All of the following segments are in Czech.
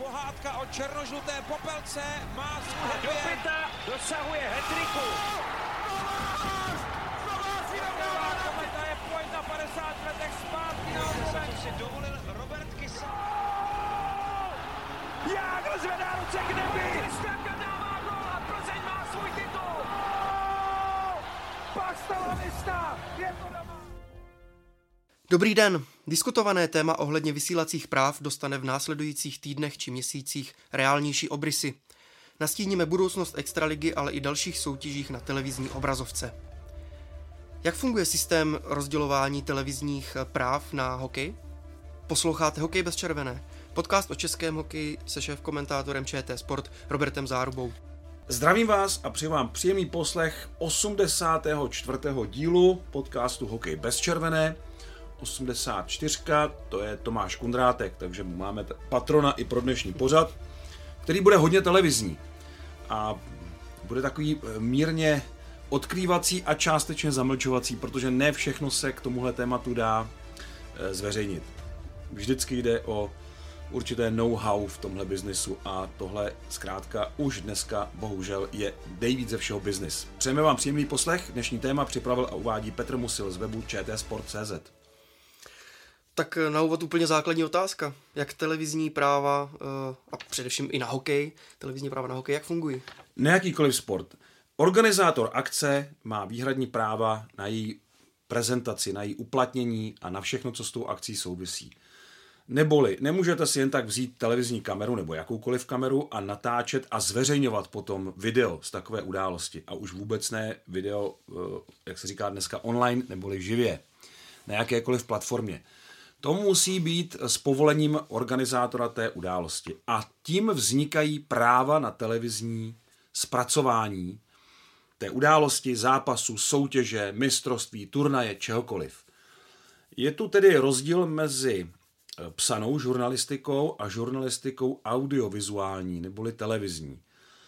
pohádka o černožluté popelce má svůj happy end. Dopita dosahuje hat-tricku. Kometa je pojď na 50 letech zpátky na oblomek. To si dovolil Robert Kysa. Jágr zvedá ruce k nebi. Kristianka dává gól a Plzeň má svůj titul. Basta la vista, je to doma. Dobrý den. Diskutované téma ohledně vysílacích práv dostane v následujících týdnech či měsících reálnější obrysy. Nastíníme budoucnost extraligy, ale i dalších soutěžích na televizní obrazovce. Jak funguje systém rozdělování televizních práv na hokej? Posloucháte Hokej bez červené, podcast o českém hokeji se šéfkomentátorem ČT Sport Robertem Zárubou. Zdravím vás a přeji vám příjemný poslech 84. dílu podcastu Hokej bez červené. 84. to je Tomáš Kundrátek, takže máme patrona i pro dnešní pořad, který bude hodně televizní a bude takový mírně odkrývací a částečně zamlčovací, protože ne všechno se k tomuhle tématu dá zveřejnit. Vždycky jde o určité know-how v tomhle biznisu a tohle zkrátka už dneska bohužel je nejvíc ze všeho biznis. Přejeme vám příjemný poslech, dnešní téma připravil a uvádí Petr Musil z webu čtsport.cz. Tak na úvod úplně základní otázka. Jak televizní práva, a především i na hokej, televizní práva na hokej, jak fungují? Nejakýkoliv sport. Organizátor akce má výhradní práva na její prezentaci, na její uplatnění a na všechno, co s tou akcí souvisí. Neboli nemůžete si jen tak vzít televizní kameru nebo jakoukoliv kameru a natáčet a zveřejňovat potom video z takové události. A už vůbec ne video, jak se říká dneska, online neboli živě, na jakékoliv platformě. To musí být s povolením organizátora té události. A tím vznikají práva na televizní zpracování té události, zápasu, soutěže, mistrovství, turnaje, čehokoliv. Je tu tedy rozdíl mezi psanou žurnalistikou a žurnalistikou audiovizuální neboli televizní.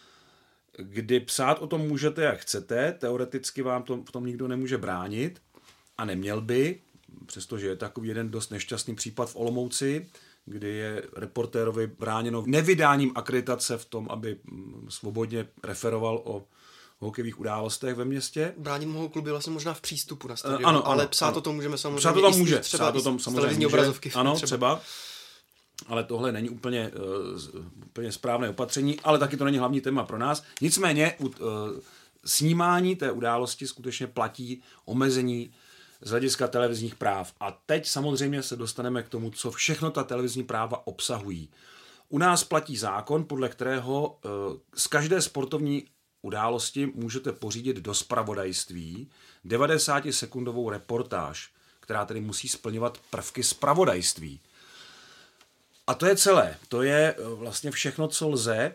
Kdy psát o tom můžete, jak chcete, teoreticky vám to v tom nikdo nemůže bránit a neměl by, přestože je takový jeden dost nešťastný případ v Olomouci, kdy je reportérovi bráněno nevydáním akreditace v tom, aby svobodně referoval o hokejových událostech ve městě. Bránit mohou kluby vlastně možná v přístupu na stadion, ano, ale ano, psát ano. o tom můžeme samozřejmě psát to tam může, třeba psát to tam z samozřejmě televizní může. obrazovky. Ano, třeba. Ale tohle není úplně správné opatření, ale taky to není hlavní téma pro nás. Nicméně snímání té události skutečně platí omezení z hlediska televizních práv. A teď samozřejmě se dostaneme k tomu, co všechno ta televizní práva obsahují. U nás platí zákon, podle kterého z každé sportovní události můžete pořídit do zpravodajství 90-sekundovou reportáž, která tedy musí splňovat prvky zpravodajství. A to je celé. To je vlastně všechno, co lze.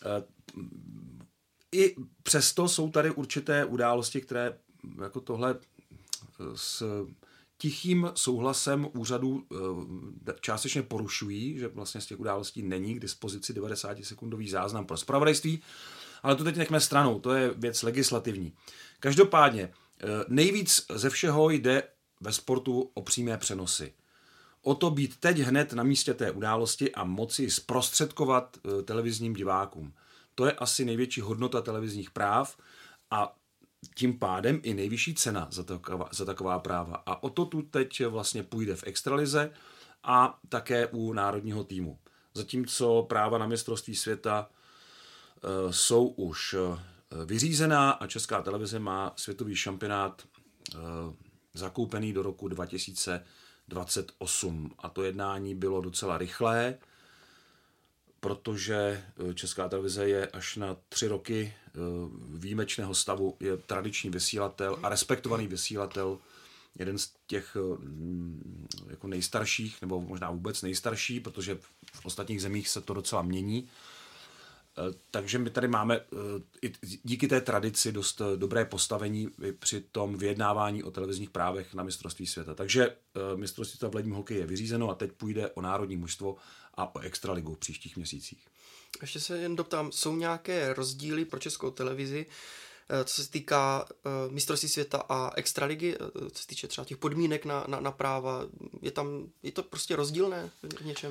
I přesto jsou tady určité události, které jako tohle s tichým souhlasem úřadů částečně porušují, že vlastně z těch událostí není k dispozici 90-sekundový záznam pro zpravodajství, ale to teď nechme stranou, to je věc legislativní. Každopádně nejvíc ze všeho jde ve sportu o přímé přenosy. O to být teď hned na místě té události a moci zprostředkovat televizním divákům. To je asi největší hodnota televizních práv a tím pádem i nejvyšší cena za taková práva. A o to tu teď vlastně půjde v extralize a také u národního týmu. Zatímco práva na mistrovství světa jsou už vyřízená a Česká televize má světový šampionát zakoupený do roku 2028. A to jednání bylo docela rychlé, protože Česká televize je až na 3 roky výjimečného stavu, je tradiční vysílatel a respektovaný vysílatel, jeden z těch jako nejstarších, nebo možná vůbec nejstarší, protože v ostatních zemích se to docela mění. Takže my tady máme i díky té tradici dost dobré postavení při tom vyjednávání o televizních právech na mistrovství světa. Takže mistrovství světa v ledním hokeji je vyřízeno a teď půjde o národní mužstvo a o extraligu v příštích měsících. Ještě se jen doptám, jsou nějaké rozdíly pro Českou televizi, co se týká mistrovství světa a extraligy, co se týče třeba těch podmínek na práva, je to prostě rozdílné v něčem?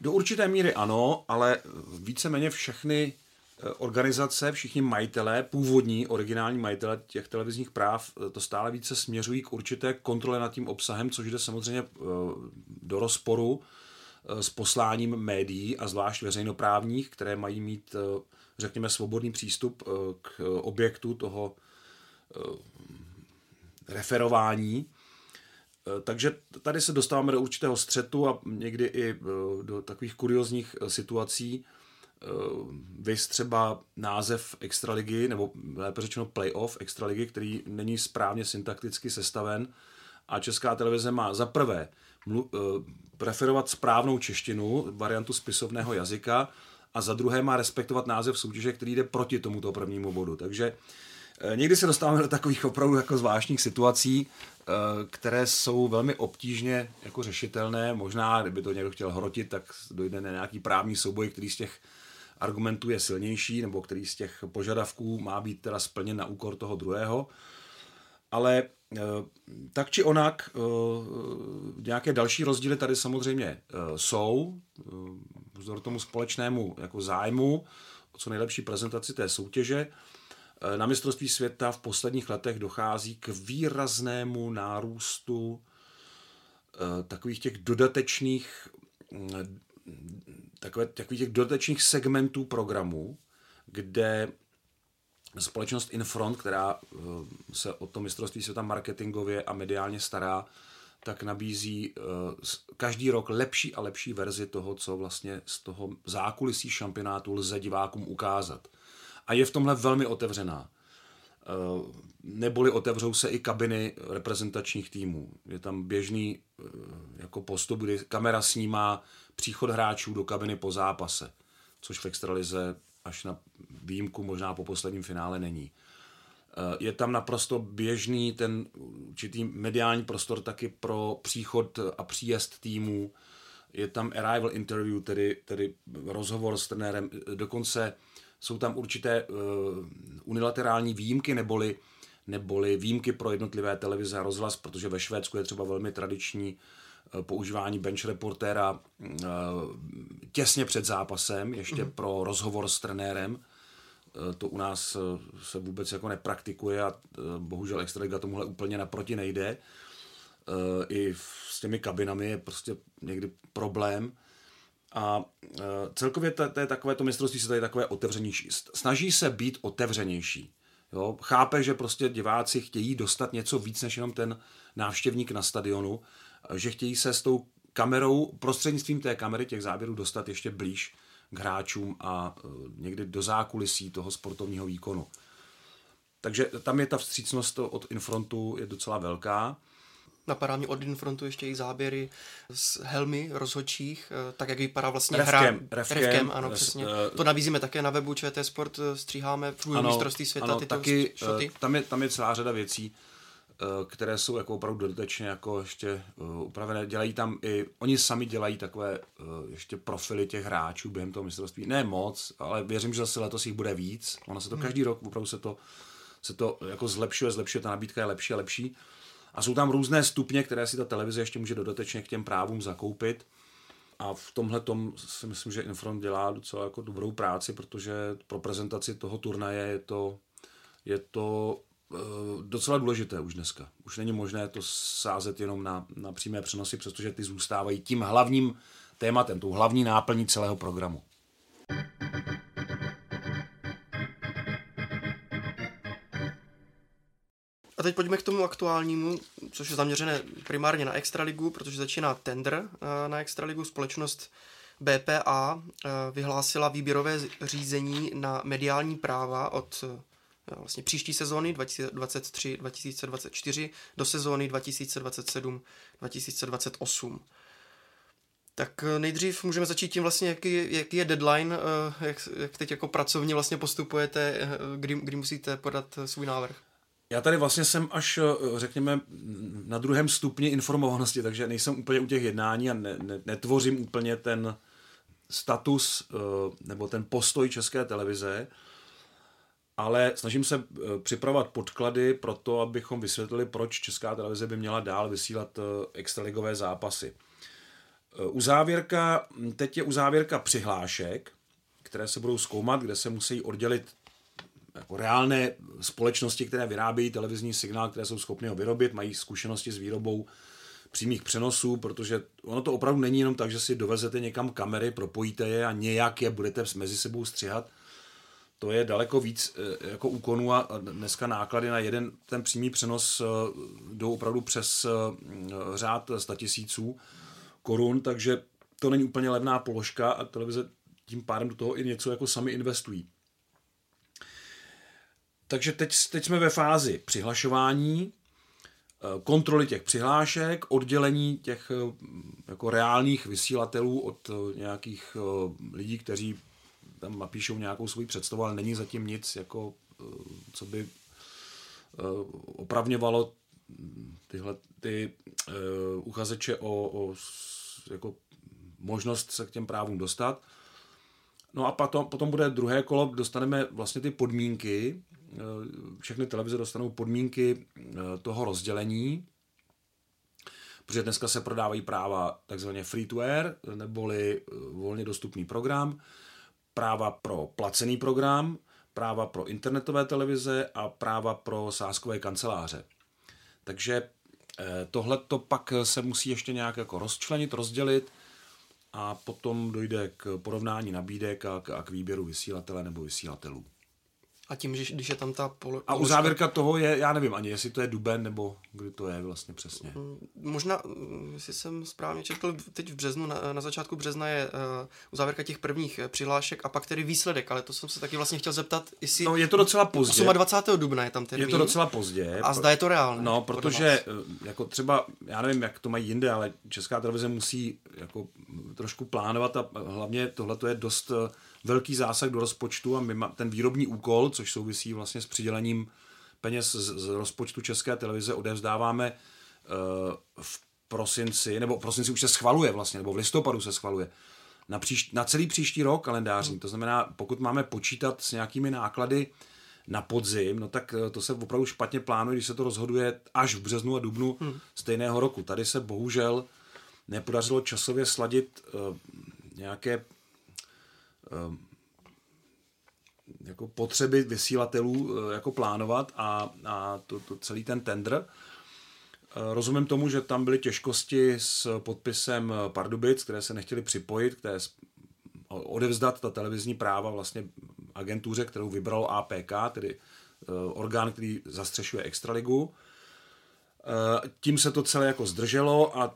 Do určité míry ano, ale víceméně všechny organizace, všichni majitelé, původní, originální majitelé těch televizních práv, to stále více směřují k určité kontrole nad tím obsahem, což jde samozřejmě do rozporu s posláním médií a zvlášť veřejnoprávních, které mají mít, řekněme, svobodný přístup k objektu toho referování. Takže tady se dostáváme do určitého střetu a někdy i do takových kuriózních situací. Viz třeba název extraligy, nebo lépe řečeno playoff extraligy, který není správně syntakticky sestaven a Česká televize má za prvé preferovat správnou češtinu, variantu spisovného jazyka, a za druhé má respektovat název soutěže, který jde proti tomuto prvnímu bodu. Takže někdy se dostáváme do takových opravdu jako zvláštních situací, které jsou velmi obtížně jako řešitelné. Možná, kdyby to někdo chtěl hrotit, tak dojde na nějaký právní souboj, který z těch argumentů je silnější, nebo který z těch požadavků má být teda splněn na úkor toho druhého. Ale tak či onak, nějaké další rozdíly tady samozřejmě jsou, vzdor tomu společnému jako zájmu, o co nejlepší prezentaci té soutěže. Na mistrovství světa v posledních letech dochází k výraznému nárůstu takových těch dodatečných segmentů programu, kde společnost Infront, která se o to mistrovství světa marketingově a mediálně stará, tak nabízí každý rok lepší a lepší verzi toho, co vlastně z toho zákulisí šampionátu lze divákům ukázat. A je v tomhle velmi otevřená. Neboli otevřou se i kabiny reprezentačních týmů. Je tam běžný jako postup, kdy kamera snímá příchod hráčů do kabiny po zápase, což v extralize až na výjimku možná po posledním finále není. Je tam naprosto běžný ten určitý mediální prostor taky pro příchod a příjezd týmů. Je tam arrival interview, tedy rozhovor s trenérem. Dokonce jsou tam určité unilaterální výjimky neboli výjimky pro jednotlivé televize a rozhlas, protože ve Švédsku je třeba velmi tradiční používání bench reportéra těsně před zápasem, ještě pro rozhovor s trenérem. To u nás se vůbec jako nepraktikuje a bohužel extraliga tomuhle úplně naproti nejde. I s těmi kabinami je prostě někdy problém. A celkově to je takovéto mistrovství se tady takové otevřenější. Snaží se být otevřenější. Jo? Chápe, že prostě diváci chtějí dostat něco víc než jenom ten návštěvník na stadionu, že chtějí se s tou kamerou, prostřednictvím té kamery těch záběrů dostat ještě blíž k hráčům a někdy do zákulisí toho sportovního výkonu. Takže tam je ta vstřícnost od Infrontu je docela velká. Napadá mě od Infrontu ještě i záběry z helmy rozhodčích, tak jak vypadá vlastně Revkem, ano, přesně. To nabízíme také na webu ČT Sport, stříháme v mistrovství světa ano, tyto taky, šoty. Tam je celá řada věcí, které jsou jako opravdu dodatečně jako ještě upravené. Dělají tam i, oni sami dělají takové ještě profily těch hráčů během toho mistrovství. Ne moc, ale věřím, že zase letos jich bude víc. Ono se to každý rok opravdu se to jako zlepšuje, ta nabídka je lepší a lepší. A jsou tam různé stupně, které si ta televize ještě může dodatečně k těm právům zakoupit. A v tomhletom si myslím, že Infront dělá docela jako dobrou práci, protože pro prezentaci toho turnaje je to docela důležité už dneska. Už není možné to sázet jenom na přímé přenosy, přestože ty zůstávají tím hlavním tématem, tou hlavní náplní celého programu. A teď pojďme k tomu aktuálnímu, což je zaměřené primárně na extraligu, protože začíná tender na extraligu. Společnost BPA vyhlásila výběrové řízení na mediální práva od vlastně příští sezóny 2023-2024 do sezóny 2027-2028. Tak nejdřív můžeme začít tím vlastně, jaký je deadline, jak teď jako pracovně vlastně postupujete, kdy musíte podat svůj návrh. Já tady vlastně jsem až, řekněme, na druhém stupni informovanosti, takže nejsem úplně u těch jednání a netvořím úplně ten status nebo ten postoj České televize, ale snažím se připravovat podklady pro to, abychom vysvětlili, proč Česká televize by měla dál vysílat extraligové zápasy. Teď je uzávěrka přihlášek, které se budou zkoumat, kde se musí oddělit jako reálné společnosti, které vyrábějí televizní signál, které jsou schopny ho vyrobit, mají zkušenosti s výrobou přímých přenosů, protože ono to opravdu není jenom tak, že si dovezete někam kamery, propojíte je a nějak je budete mezi sebou střihat. To je daleko víc jako úkonů a dneska náklady na jeden ten přímý přenos jdou opravdu přes řád 100 000 korun, takže to není úplně levná položka a televize tím pádem do toho i něco jako sami investují. Takže teď jsme ve fázi přihlašování, kontroly těch přihlášek, oddělení těch jako reálných vysílatelů od nějakých lidí, kteří tam napíšou nějakou svou představu, ale není zatím nic, jako, co by opravňovalo tyhle uchazeče o jako možnost se k těm právům dostat. No a potom bude druhé kolo, dostaneme vlastně ty podmínky, všechny televize dostanou podmínky toho rozdělení, protože dneska se prodávají práva takzvaně free to air, neboli volně dostupný program, práva pro placený program, práva pro internetové televize a práva pro sázkové kanceláře. Takže tohleto pak se musí ještě nějak jako rozčlenit, rozdělit a potom dojde k porovnání nabídek a k výběru vysílatele nebo vysílatelů. A tím, že když je tam ta A uzávěrka toho je, já nevím ani, jestli to je duben, nebo kdy to je vlastně přesně. Možná, jestli jsem správně četl, teď v březnu, na začátku března je uzávěrka těch prvních přihlášek a pak tedy výsledek, ale to jsem se taky vlastně chtěl zeptat, jestli... No je to docela pozdě. 28. dubna je tam termín. Je to docela pozdě. A zda je to reálné? No, protože jako třeba, já nevím, jak to mají jinde, ale Česká televize musí jako trošku plánovat a hlavně tohle je dost velký zásah do rozpočtu a my ten výrobní úkol, což souvisí vlastně s přidělením peněz z rozpočtu České televize, odevzdáváme v prosinci, nebo v prosinci už se schvaluje vlastně, nebo v listopadu se schvaluje, na celý příští rok kalendářní. To znamená, pokud máme počítat s nějakými náklady na podzim, no tak to se opravdu špatně plánuje, když se to rozhoduje až v březnu a dubnu stejného roku. Tady se bohužel nepodařilo časově sladit nějaké jako potřeby vysílatelů jako plánovat a to celý ten tendr. Rozumím tomu, že tam byly těžkosti s podpisem Pardubic, které se nechtěli připojit, které odevzdat ta televizní práva vlastně agentuře, kterou vybralo APK, tedy orgán, který zastřešuje Extraligu. Tím se to celé jako zdrželo a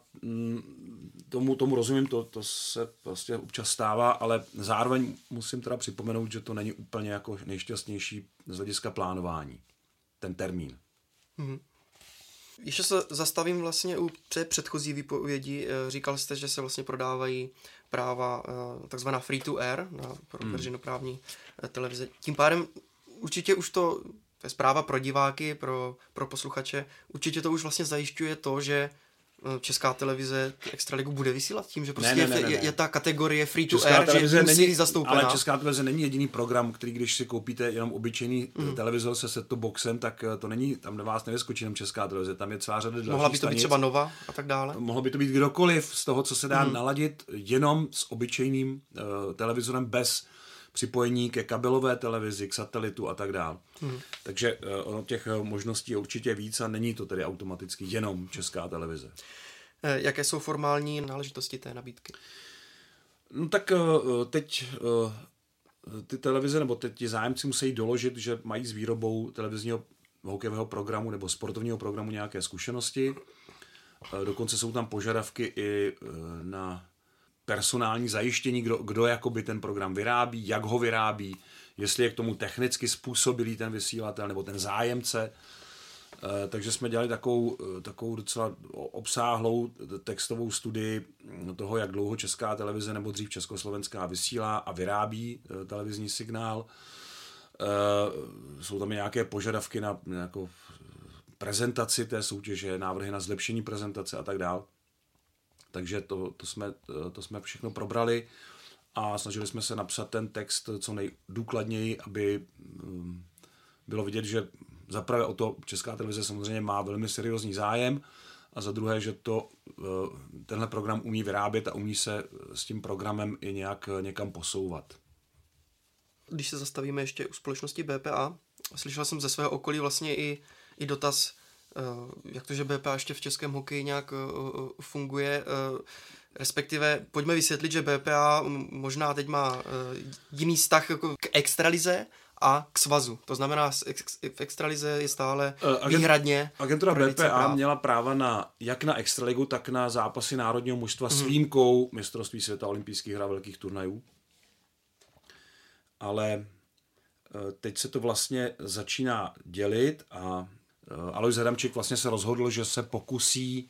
tomu rozumím, to se prostě občas stává, ale zároveň musím teda připomenout, že to není úplně jako nejšťastnější z hlediska plánování, ten termín. Mm-hmm. Ještě se zastavím vlastně u té předchozí výpovědi. Říkal jste, že se vlastně prodávají práva takzvaná free to air pro veřejnoprávní televize. Tím pádem určitě už to je zpráva pro diváky, pro posluchače. Určitě to už vlastně zajišťuje to, že Česká televize Extraligu bude vysílat tím, že prostě je ta kategorie free to air, že musí zastoupená. Ale Česká televize není jediný program, který když si koupíte jenom obyčejný televizor se set-top boxem, tak to není, tam na vás nevyskočí jenom Česká televize, tam je celá řada dalších Mohla by to stanic. být třeba Nova a tak dále? Mohlo by to být kdokoliv z toho, co se dá naladit jenom s obyčejným televizorem bez připojení ke kabelové televizi, k satelitu a tak dále. Takže těch možností je určitě víc a není to tedy automaticky jenom Česká televize. Jaké jsou formální náležitosti té nabídky? No tak teď ty televize nebo teď ti zájemci musí doložit, že mají s výrobou televizního hokejového programu nebo sportovního programu nějaké zkušenosti. Dokonce jsou tam požadavky i na personální zajištění, kdo jakoby ten program vyrábí, jak ho vyrábí, jestli je k tomu technicky způsobilý ten vysílatel nebo ten zájemce. Takže jsme dělali takovou docela obsáhlou textovou studii toho, jak dlouho Česká televize nebo dřív Československá vysílá a vyrábí televizní signál. Jsou tam nějaké požadavky na nějakou prezentaci té soutěže, návrhy na zlepšení prezentace a tak dále. Takže to jsme všechno probrali a snažili jsme se napsat ten text co nejdůkladněji, aby bylo vidět, že zaprvé o to Česká televize samozřejmě má velmi seriózní zájem a za druhé, že tenhle program umí vyrábět a umí se s tím programem i nějak někam posouvat. Když se zastavíme ještě u společnosti BPA, slyšel jsem ze svého okolí vlastně i dotaz, jak to, že BPA ještě v českém hokeji nějak funguje, respektive pojďme vysvětlit, že BPA možná teď má jiný vztah jako k extralize a k svazu. To znamená, v extralize je stále výhradně agentura BPA práv. měla práva jak na extraligu, tak na zápasy národního mužstva s výjimkou mistrovství světa, olympijských her a velkých turnajů. Ale teď se to vlastně začíná dělit a Alojz Adamčík vlastně se rozhodl, že se pokusí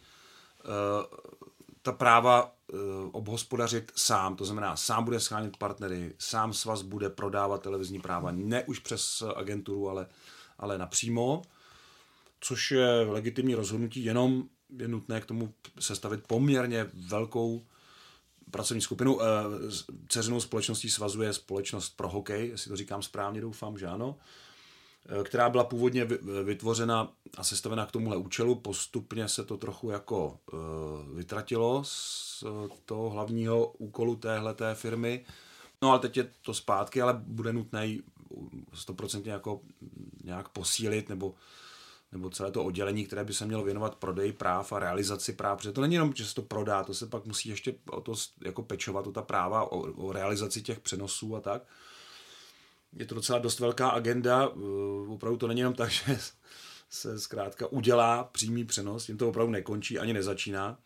ta práva obhospodařit sám, to znamená sám bude shánět partnery, sám svaz bude prodávat televizní práva, ne už přes agenturu, ale napřímo, což je legitimní rozhodnutí, jenom je nutné k tomu sestavit poměrně velkou pracovní skupinu. Dceřinou společností svazu je Společnost pro hokej, jestli to říkám správně, doufám, že ano, která byla původně vytvořena a sestavena k tomuhle účelu. Postupně se to trochu jako vytratilo z toho hlavního úkolu téhleté firmy. No ale teď je to zpátky, ale bude nutné ji 100% jako nějak posílit, nebo celé to oddělení, které by se mělo věnovat prodeji práv a realizaci práv. Protože to není jenom, že se to prodá, to se pak musí ještě o to jako pečovat, o ta práva, o realizaci těch přenosů a tak. Je to docela dost velká agenda, opravdu to není jenom tak, že se zkrátka udělá přímý přenos, tím to opravdu nekončí, ani nezačíná.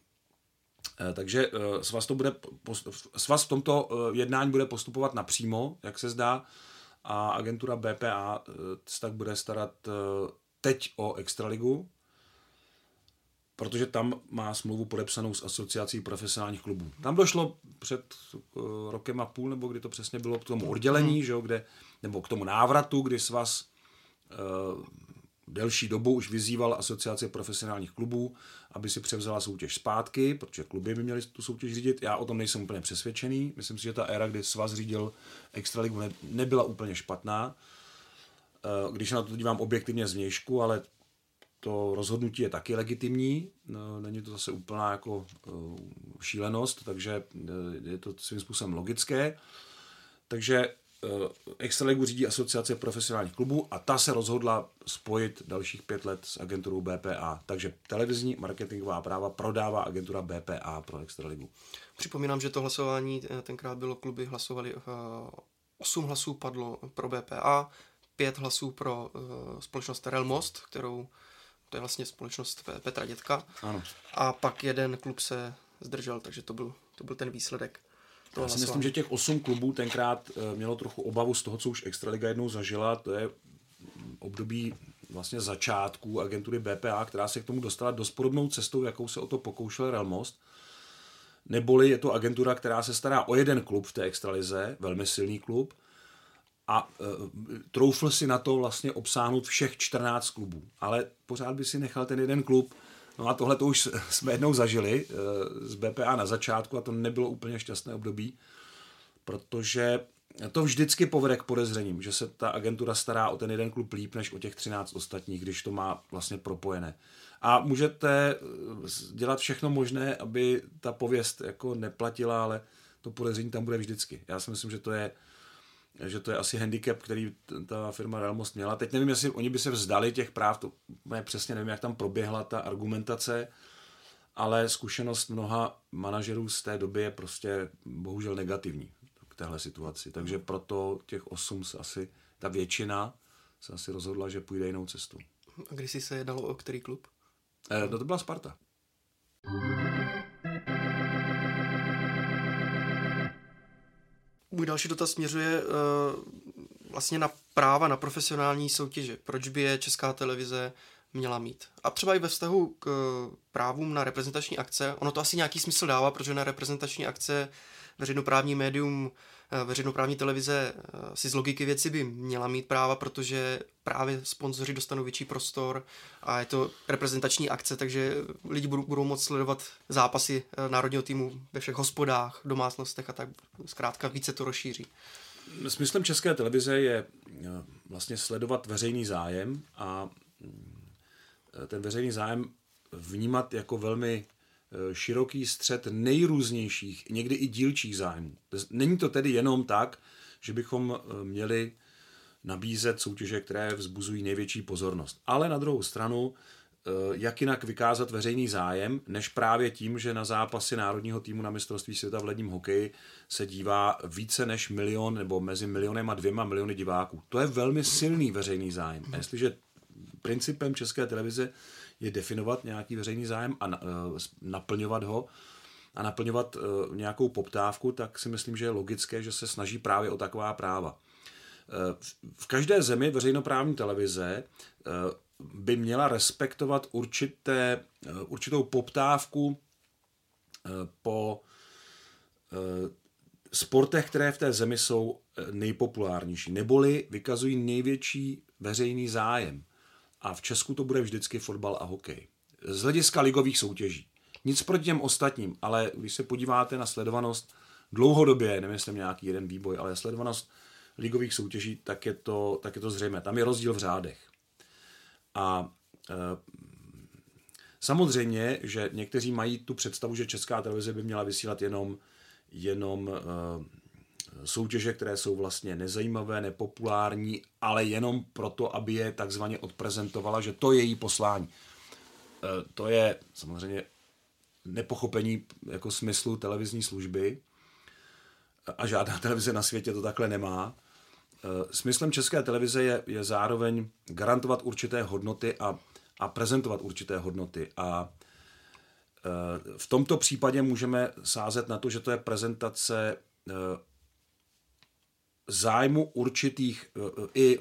Takže svaz v tomto jednání bude postupovat napřímo, jak se zdá, a agentura BPA tak bude starat teď o extraligu, protože tam má smlouvu podepsanou s Asociací profesionálních klubů. Tam došlo před rokem a půl, nebo kdy to přesně bylo k tomu oddělení, že jo, nebo k tomu návratu, kdy svaz delší dobu už vyzýval Asociaci profesionálních klubů, aby si převzala soutěž zpátky, protože kluby by měly tu soutěž řídit. Já o tom nejsem úplně přesvědčený. Myslím si, že ta éra, kdy svaz řídil extraligu, nebyla úplně špatná. Když na to dívám objektivně zvnějšku, ale to rozhodnutí je taky legitimní, není to zase úplná jako šílenost, takže je to svým způsobem logické. Takže extraligu řídí Asociace profesionálních klubů a ta se rozhodla spojit dalších 5 let s agenturou BPA. Takže televizní marketingová práva prodává agentura BPA pro extraligu. Připomínám, že to hlasování tenkrát bylo, kluby hlasovali, 8 hlasů padlo pro BPA, 5 hlasů pro společnost Relmost, kterou to je vlastně společnost Petra Dětka. Ano. A pak jeden klub se zdržel, takže to byl ten výsledek. Já si myslím, že těch 8 klubů tenkrát mělo trochu obavu z toho, co už extraliga jednou zažila. To je období vlastně začátků agentury BPA, která se k tomu dostala dost podobnou cestou, jakou se o to pokoušel Relmost. Neboli je to agentura, která se stará o jeden klub v té extralize, velmi silný klub, a troufl si na to vlastně obsáhnout všech 14 klubů. Ale pořád by si nechal ten jeden klub. No a tohle to už jsme jednou zažili z BPA na začátku a to nebylo úplně šťastné období, protože to vždycky povede k podezřením, že se ta agentura stará o ten jeden klub líp než o těch 13 ostatních, když to má vlastně propojené. A můžete dělat všechno možné, aby ta pověst jako neplatila, ale to podezření tam bude vždycky. Já si myslím, že to je asi handicap, který ta firma Relmost měla. Teď nevím, jestli oni by se vzdali těch práv, to přesně nevím, jak tam proběhla ta argumentace, ale zkušenost mnoha manažerů z té doby je prostě bohužel negativní k téhle situaci. Takže proto těch 8 ta většina se asi rozhodla, že půjde jinou cestou. A když se jednalo o který klub? To byla Sparta. Můj další dotaz směřuje vlastně na práva na profesionální soutěže. Proč by je Česká televize měla mít? A třeba i ve vztahu k právům na reprezentační akce. Ono to asi nějaký smysl dává, protože na reprezentační akce veřejnoprávní médium, veřejnoprávní televize si z logiky věci by měla mít práva, protože právě sponzoři dostanou větší prostor a je to reprezentační akce, takže lidi budou moct sledovat zápasy národního týmu ve všech hospodách, domácnostech a tak zkrátka více to rozšíří. Smyslem České televize je vlastně sledovat veřejný zájem a ten veřejný zájem vnímat jako velmi široký střet nejrůznějších, někdy i dílčích zájmů. Není to tedy jenom tak, že bychom měli nabízet soutěže, které vzbuzují největší pozornost. Ale na druhou stranu, jak jinak vykázat veřejný zájem, než právě tím, že na zápasy národního týmu na mistrovství světa v ledním hokeji se dívá více než 1 milion nebo mezi 1 milionem a 2 miliony diváků. To je velmi silný veřejný zájem. A jestliže principem České televize je definovat nějaký veřejný zájem a naplňovat ho a naplňovat nějakou poptávku, tak si myslím, že je logické, že se snaží právě o taková práva. V každé zemi veřejnoprávní televize by měla respektovat určitou poptávku po sportech, které v té zemi jsou nejpopulárnější, neboli vykazují největší veřejný zájem. A v Česku to bude vždycky fotbal a hokej. Z hlediska ligových soutěží. Nic proti těm ostatním, ale když se podíváte na sledovanost dlouhodobě, nemyslím nějaký jeden výboj, ale sledovanost ligových soutěží, tak je to zřejmé. Tam je rozdíl v řádech. A samozřejmě, že někteří mají tu představu, že Česká televize by měla vysílat jenom soutěže, které jsou vlastně nezajímavé, nepopulární, ale jenom proto, aby je takzvaně odprezentovala, že to je její poslání. To je samozřejmě nepochopení jako smyslu televizní služby a žádná televize na světě to takhle nemá. Smyslem České televize je zároveň garantovat určité hodnoty a prezentovat určité hodnoty. A v tomto případě můžeme sázet na to, že to je prezentace zájmu určitých i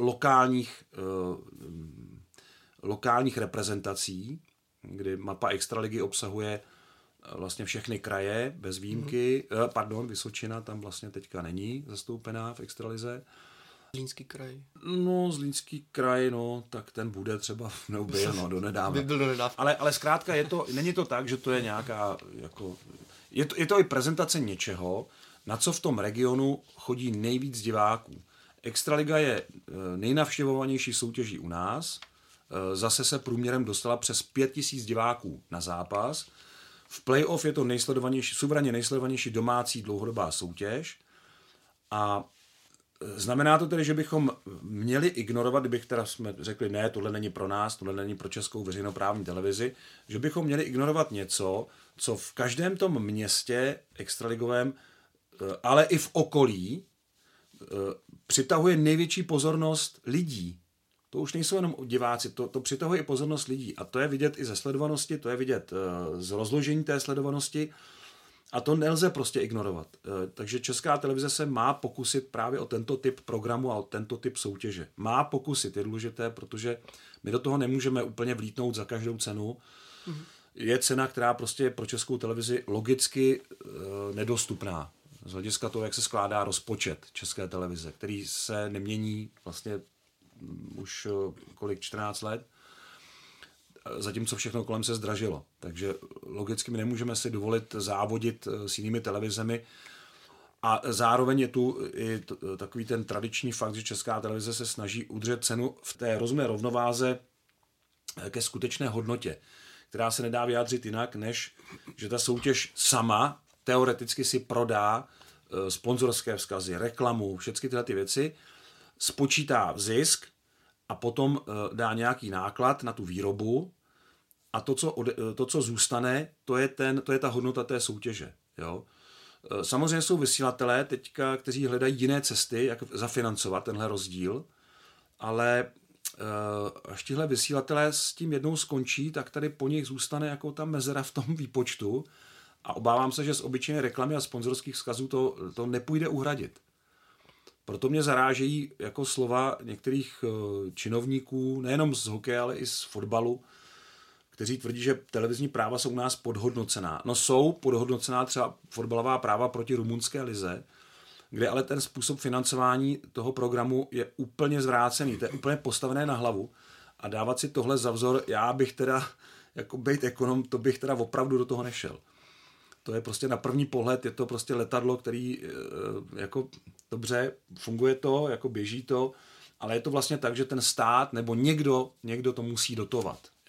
lokálních reprezentací, kdy mapa Extraligy obsahuje vlastně všechny kraje bez výjimky. Vysočina tam vlastně teďka není zastoupená v Extralize. Zlínský kraj. No, Zlínský kraj, no, tak ten bude třeba, byl, donedávna. Byl donedávna. Ale zkrátka není to tak, že to je nějaká, jako, je to i prezentace něčeho, na co v tom regionu chodí nejvíc diváků. Extraliga je nejnavštěvovanější soutěží u nás, zase se průměrem dostala přes 5 000 diváků na zápas. V playoff je to suverénně nejsledovanější domácí dlouhodobá soutěž a znamená to tedy, že bychom měli ignorovat, kdybych teda jsme řekli, ne, tohle není pro nás, tohle není pro českou veřejnoprávní televizi, že bychom měli ignorovat něco, co v každém tom městě extraligovém, ale i v okolí, přitahuje největší pozornost lidí. To už nejsou jenom diváci, to přitahuje i pozornost lidí. A to je vidět i ze sledovanosti, to je vidět z rozložení té sledovanosti a to nelze prostě ignorovat. Takže Česká televize se má pokusit právě o tento typ programu a o tento typ soutěže. Má pokusit, je důležité, protože my do toho nemůžeme úplně vlítnout za každou cenu. Je cena, která prostě je pro Českou televizi logicky nedostupná. Z hlediska toho, jak se skládá rozpočet České televize, který se nemění vlastně už 14 let, zatímco všechno kolem se zdražilo. Takže logicky my nemůžeme si dovolit závodit s jinými televizemi a zároveň je tu i takový ten tradiční fakt, že Česká televize se snaží udržet cenu v té rozumné rovnováze ke skutečné hodnotě, která se nedá vyjádřit jinak, než že ta soutěž sama teoreticky si prodá sponzorské vzkazy, reklamu, všechny tyhle ty věci, spočítá zisk a potom dá nějaký náklad na tu výrobu a to, co zůstane, to je ta hodnota té soutěže. Jo? Samozřejmě jsou vysílatelé teďka, kteří hledají jiné cesty, jak zafinancovat tenhle rozdíl, ale až tihle vysílatelé s tím jednou skončí, tak tady po nich zůstane jako ta mezera v tom výpočtu a obávám se, že z obyčejné reklamy a sponzorských vzkazů to nepůjde uhradit. Proto mě zarážejí jako slova některých činovníků, nejenom z hokeje, ale i z fotbalu, kteří tvrdí, že televizní práva jsou u nás podhodnocená. No jsou podhodnocená třeba fotbalová práva proti rumunské lize, kde ale ten způsob financování toho programu je úplně zvrácený, to je úplně postavené na hlavu a dávat si tohle za vzor, já bych teda, jako bejt ekonom, to bych teda opravdu do toho nešel. To je prostě na první pohled, je to prostě letadlo, který jako dobře, funguje to, jako běží to, ale je to vlastně tak, že ten stát nebo někdo to musí dotovat.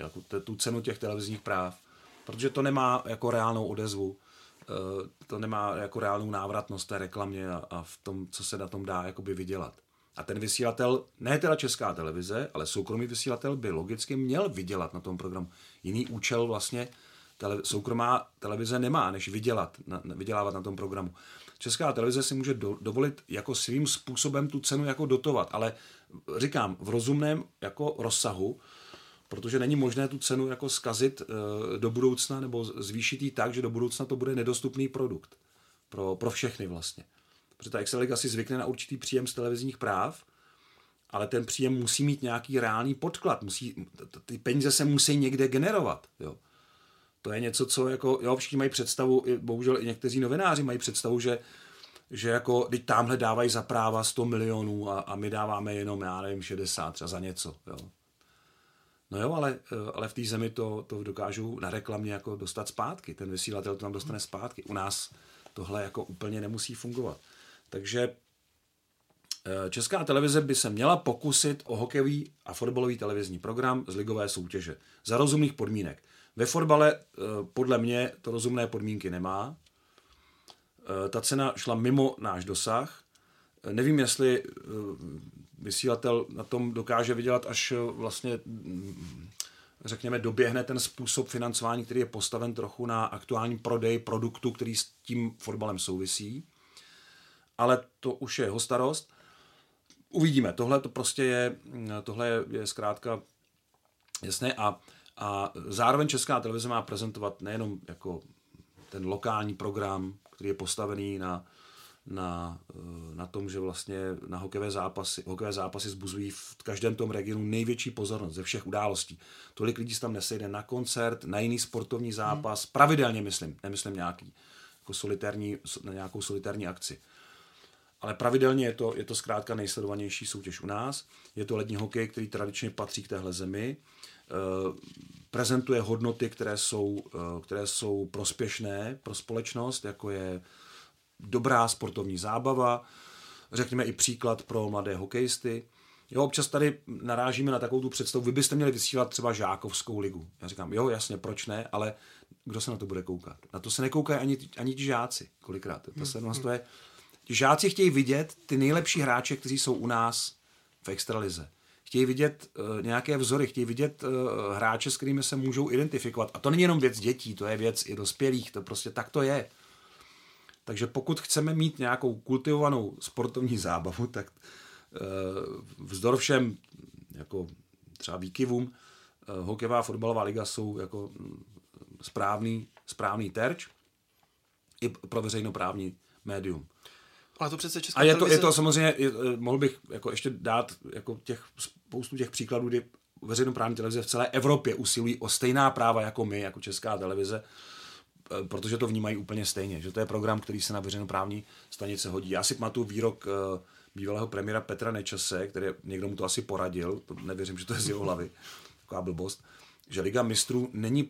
jako tu cenu těch televizních práv, protože to nemá jako reálnou odezvu, to nemá jako reálnou návratnost té reklamě a v tom, co se na tom dá jakoby vydělat. A ten vysílatel, ne teda Česká televize, ale soukromý vysílatel by logicky měl vydělat na tom programu. Jiný účel vlastně soukromá televize nemá, než vydělávat na tom programu. Česká televize si může dovolit jako svým způsobem tu cenu jako dotovat, ale říkám, v rozumném jako rozsahu, protože není možné tu cenu jako zkazit do budoucna nebo zvýšit ji tak, že do budoucna to bude nedostupný produkt pro všechny vlastně. Protože ta Extraliga si zvykne na určitý příjem z televizních práv, ale ten příjem musí mít nějaký reálný podklad, ty peníze se musí někde generovat, jo. To je něco, co jako, jo, všichni mají představu, bohužel i někteří novináři mají představu, že jako, teď tamhle dávají za práva 100 milionů a my dáváme jenom, já nevím, 60 třeba za něco, jo. No jo, ale v té zemi to dokážou na reklamě jako dostat zpátky, ten vysílatel to tam dostane zpátky. U nás tohle jako úplně nemusí fungovat. Takže Česká televize by se měla pokusit o hokejový a fotbalový televizní program z ligové soutěže za rozumných podmínek. Ve fotbale podle mě to rozumné podmínky nemá. Ta cena šla mimo náš dosah. Nevím, jestli vysílatel na tom dokáže vydělat, až vlastně, řekněme, doběhne ten způsob financování, který je postaven trochu na aktuální prodej produktu, který s tím fotbalem souvisí. Ale to už je jeho starost. Uvidíme. Tohle je zkrátka jasné a zároveň Česká televize má prezentovat nejenom jako ten lokální program, který je postavený na tom, že vlastně na hokejové zápasy zbuzují v každém tom regionu největší pozornost ze všech událostí. Tolik lidí se tam nesejde na koncert, na jiný sportovní zápas, pravidelně nemyslím nějakou solitární akci. Ale pravidelně je to zkrátka nejsledovanější soutěž u nás. Je to lední hokej, který tradičně patří k téhle zemi. Prezentuje hodnoty, které jsou prospěšné pro společnost, jako je dobrá sportovní zábava, řekněme i příklad pro mladé hokejisty. Jo, občas tady narážíme na takovou tu představu, vy byste měli vysílat třeba žákovskou ligu. Já říkám, jo, jasně, proč ne, ale kdo se na to bude koukat? Na to se nekoukají ani ti žáci, kolikrát. Ti žáci chtějí vidět ty nejlepší hráče, kteří jsou u nás v extralize. Chtějí vidět nějaké vzory, chtějí vidět hráče, s kterými se můžou identifikovat. A to není jenom věc dětí, to je věc i dospělých, to prostě tak to je. Takže pokud chceme mít nějakou kultivovanou sportovní zábavu, tak vzdor všem jako třeba výkyvům hokejová a fotbalová liga jsou jako správný terč i pro veřejnoprávní médium. Ale to přece Česká televize... je to samozřejmě, mohl bych jako ještě dát jako spoustu těch příkladů, kdy veřejnoprávní televize v celé Evropě usilují o stejná práva jako my, jako Česká televize, protože to vnímají úplně stejně, že to je program, který se na veřejnoprávní stanice hodí. Já si pamatuju výrok bývalého premiéra Petra Nečase, který někdo mu to asi poradil, to nevěřím, že to je z jeho hlavy, taková blbost, že Liga mistrů není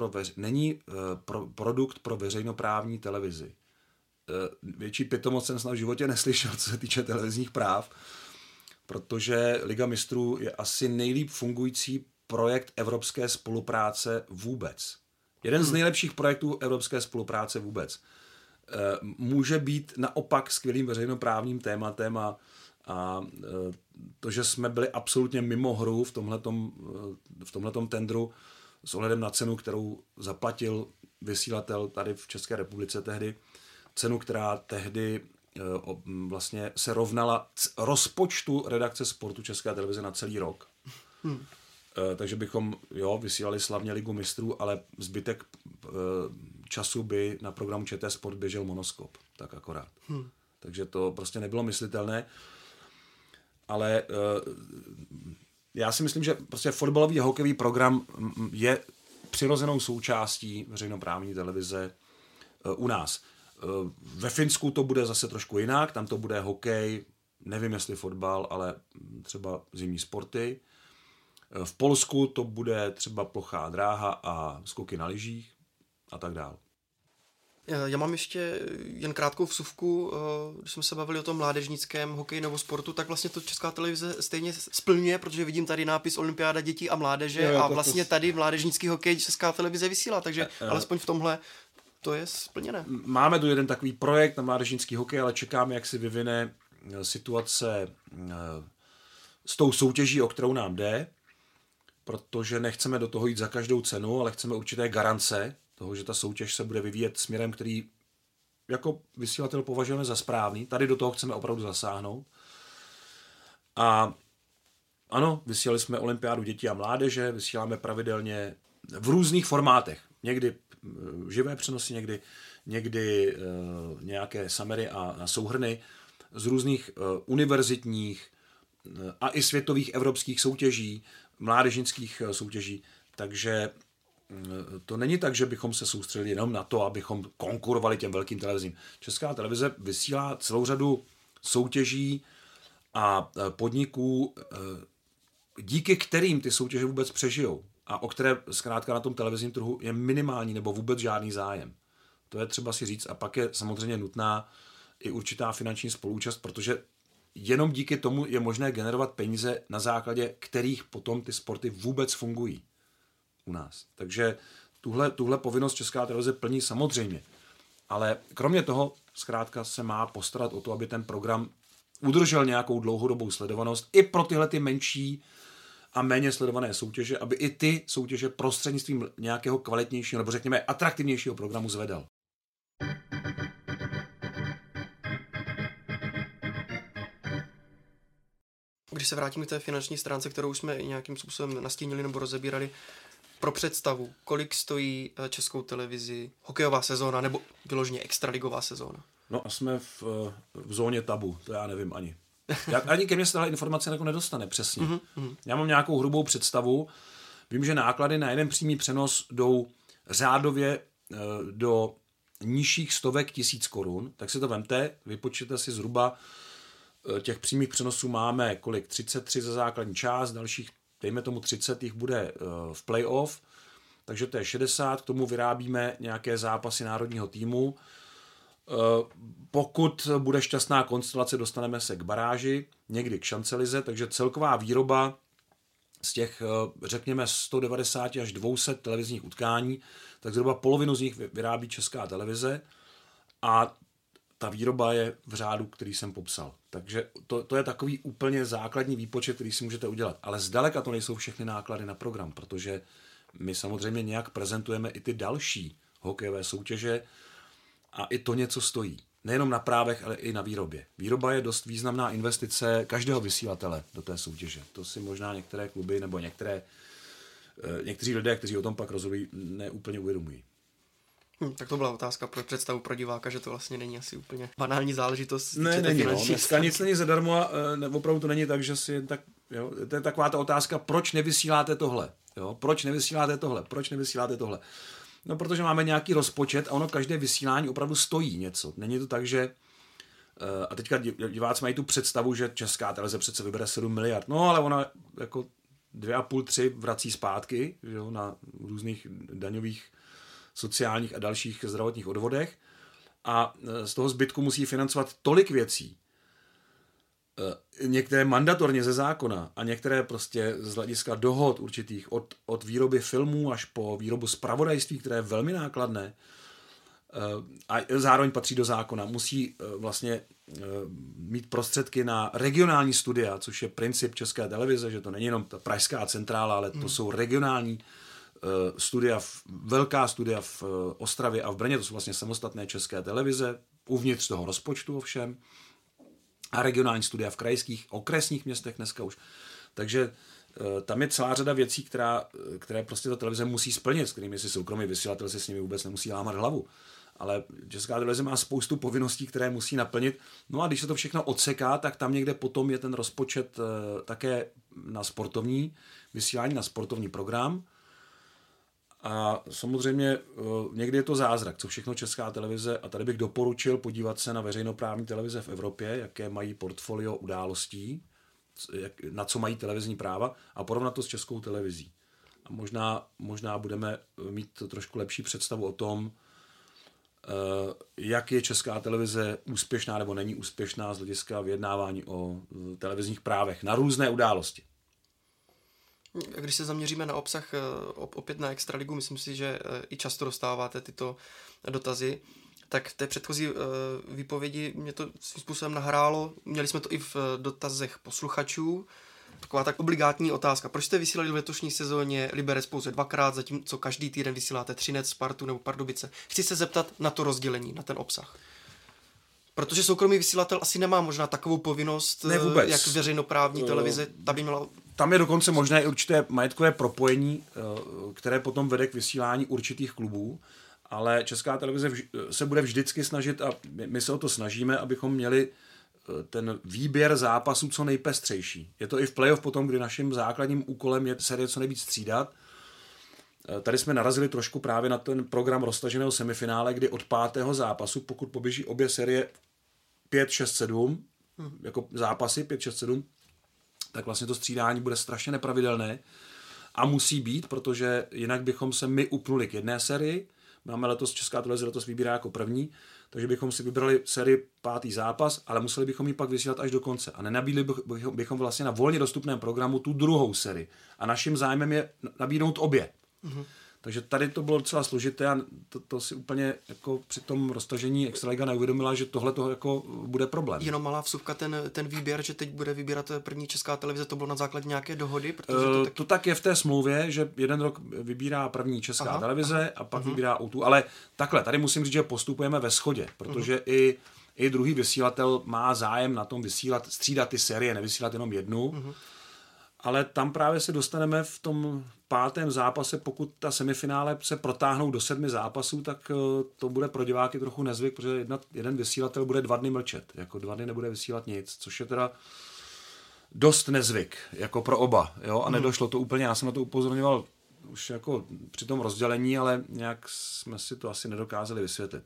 produkt pro veřejnoprávní televizi. Větší pitomoc jsem snad v životě neslyšel, co se týče televizních práv, protože Liga mistrů je asi nejlíp fungující projekt evropské spolupráce vůbec. Jeden z nejlepších projektů evropské spolupráce vůbec. Může být naopak skvělým veřejnoprávním tématem a to, že jsme byli absolutně mimo hru v tomhletom tendru s ohledem na cenu, kterou zaplatil vysílatel tady v České republice tehdy, cenu, která tehdy vlastně se rovnala rozpočtu redakce sportu České televize na celý rok. Takže bychom vysílali slavně Ligu mistrů, ale zbytek času by na programu ČT Sport běžel Monoskop. Tak akorát. Takže to prostě nebylo myslitelné. Ale já si myslím, že prostě fotbalový a hokejový program je přirozenou součástí veřejnoprávní televize u nás. Ve Finsku to bude zase trošku jinak, tam to bude hokej, nevím jestli fotbal, ale třeba zimní sporty. V Polsku to bude třeba plochá dráha a skoky na lyžích a tak dál. Já mám ještě jen krátkou vsuvku, když jsme se bavili o tom mládežnickém hokeji nebo sportu, tak vlastně to Česká televize stejně splňuje, protože vidím tady nápis Olympiáda dětí a mládeže a vlastně tady mládežnický hokej Česká televize vysílá, takže alespoň v tomhle to je splněné. Máme tu jeden takový projekt na mládežnický hokej, ale čekáme, jak se vyvine situace s tou soutěží, o kterou nám jde, protože nechceme do toho jít za každou cenu, ale chceme určité garance toho, že ta soutěž se bude vyvíjet směrem, který jako vysílatel považujeme za správný. Tady do toho chceme opravdu zasáhnout. A ano, vysílali jsme Olympiádu dětí a mládeže, vysíláme pravidelně v různých formátech. Někdy živé přenosy, někdy nějaké summary a souhrny z různých univerzitních a i světových evropských soutěží, mládežnických soutěží. Takže to není tak, že bychom se soustředili jenom na to, abychom konkurovali těm velkým televizím. Česká televize vysílá celou řadu soutěží a podniků, díky kterým ty soutěže vůbec přežijou a o které zkrátka na tom televizním trhu je minimální nebo vůbec žádný zájem. To je třeba si říct a pak je samozřejmě nutná i určitá finanční spoluúčast, protože jenom díky tomu je možné generovat peníze, na základě kterých potom ty sporty vůbec fungují u nás. Takže tuhle povinnost Česká televize plní samozřejmě. Ale kromě toho zkrátka se má postarat o to, aby ten program udržel nějakou dlouhodobou sledovanost i pro tyhle ty menší a méně sledované soutěže, aby i ty soutěže prostřednictvím nějakého kvalitnějšího nebo řekněme atraktivnějšího programu zvedal. Když se vrátím k té finanční stránce, kterou jsme nějakým způsobem nastínili nebo rozebírali, pro představu, kolik stojí Českou televizi hokejová sezóna nebo vyloženě extraligová sezóna? No a jsme v zóně tabu, to já nevím ani. Ani ke mně se tahle informace jako nedostane přesně. Já mám nějakou hrubou představu, vím, že náklady na jeden přímý přenos jdou řádově do nižších stovek tisíc korun, tak si to vemte, vypočtěte si zhruba těch přímých přenosů máme kolik? 33 za základní část, dalších dejme tomu 30 jich bude v playoff, takže to je 60, k tomu vyrábíme nějaké zápasy národního týmu. Pokud bude šťastná konstelace, dostaneme se k baráži, někdy k šancelize, takže celková výroba z těch, řekněme, 190 až 200 televizních utkání, tak zhruba polovinu z nich vyrábí Česká televize a ta výroba je v řádu, který jsem popsal. Takže to je takový úplně základní výpočet, který si můžete udělat. Ale zdaleka to nejsou všechny náklady na program, protože my samozřejmě nějak prezentujeme i ty další hokejové soutěže a i to něco stojí. Nejenom na právech, ale i na výrobě. Výroba je dost významná investice každého vysílatele do té soutěže. To si možná některé kluby nebo někteří lidé, kteří o tom pak rozhodují, neúplně uvědomují. Tak to byla otázka pro představu pro diváka, že to vlastně není asi úplně banální záležitost. Není, dneska nic není zadarmo a opravdu to není tak, že si jen tak, jo, to je taková ta otázka, proč nevysíláte tohle, jo, proč nevysíláte tohle. No, protože máme nějaký rozpočet a ono každé vysílání opravdu stojí něco. Není to tak, že a teďka diváci mají tu představu, že Česká televize přece vybere 7 miliard, no ale ona jako 2,5-3 vrací zpátky, jo, na různých daňových, sociálních a dalších zdravotních odvodech a z toho zbytku musí financovat tolik věcí, některé mandatorně ze zákona a některé prostě z hlediska dohod určitých, od výroby filmů až po výrobu zpravodajství, které je velmi nákladné a zároveň patří do zákona, musí vlastně mít prostředky na regionální studia, což je princip České televize, že to není jenom ta pražská centrála, ale to jsou regionální studia, velká studia v Ostravě a v Brně, to jsou vlastně samostatné České televize, uvnitř toho rozpočtu ovšem, a regionální studia v krajských, okresních městech dneska už. Takže tam je celá řada věcí, které prostě ta televize musí splnit, s kterými si soukromý vysílatel si s nimi vůbec nemusí lámat hlavu. Ale Česká televize má spoustu povinností, které musí naplnit. No a když se to všechno odseká, tak tam někde potom je ten rozpočet také na sportovní vysílání, na sportovní program. A samozřejmě někdy je to zázrak, co všechno Česká televize, a tady bych doporučil podívat se na veřejnoprávní televize v Evropě, jaké mají portfolio událostí, na co mají televizní práva a porovnat to s Českou televizí. A možná budeme mít trošku lepší představu o tom, jak je Česká televize úspěšná nebo není úspěšná z hlediska vyjednávání o televizních právech na různé události. Když se zaměříme na obsah opět na Extraligu, myslím si, že i často dostáváte tyto dotazy, tak v té předchozí výpovědi mě to svým způsobem nahrálo. Měli jsme to i v dotazech posluchačů. Taková tak obligátní otázka. Proč jste vysílali v letošní sezóně Liberec pouze 2krát, zatímco každý týden vysíláte Třinec, Spartu nebo Pardubice? Chci se zeptat na to rozdělení, na ten obsah. Protože soukromý vysílatel asi nemá možná takovou povinnost, jak veřejnoprávní televize. Tam je dokonce možné i určité majetkové propojení, které potom vede k vysílání určitých klubů, ale Česká televize se bude vždycky snažit, a my se o to snažíme, abychom měli ten výběr zápasů co nejpestřejší. Je to i v playoff potom, kdy naším základním úkolem je série co nejvíc střídat. Tady jsme narazili trošku právě na ten program roztaženého semifinále, kdy od 5. zápasu, pokud poběží obě série 5, 6, 7, jako zápasy 5, 6, 7, tak vlastně to střídání bude strašně nepravidelné a musí být, protože jinak bychom se my upnuli k jedné sérii. Máme letos, Česká televize letos vybírá jako první, takže bychom si vybrali sérii 5. zápas, ale museli bychom ji pak vysílat až do konce. A nenabídli bychom vlastně na volně dostupném programu tu druhou sérii. A naším zájmem je nabídnout obě. Takže tady to bylo docela složité a to si úplně jako při tom roztažení Extraliga neuvědomila, že tohle toho jako bude problém. Jenom malá vsuvka, ten výběr, že teď bude vybírat první Česká televize, to bylo na základě nějaké dohody? Protože to tak je v té smlouvě, že jeden rok vybírá první Česká televize a pak vybírá O2, ale takhle, tady musím říct, že postupujeme ve shodě, protože i druhý vysílatel má zájem na tom střídat ty série, nevysílat jenom jednu. Ale tam právě se dostaneme v tom 5. zápase, pokud ta semifinále se protáhnou do 7 zápasů, tak to bude pro diváky trochu nezvyk, protože jeden vysílatel bude 2 dny mlčet, jako 2 dny nebude vysílat nic, což je teda dost nezvyk, jako pro oba, jo, a nedošlo to úplně, já jsem na to upozorňoval už jako při tom rozdělení, ale nějak jsme si to asi nedokázali vysvětlit.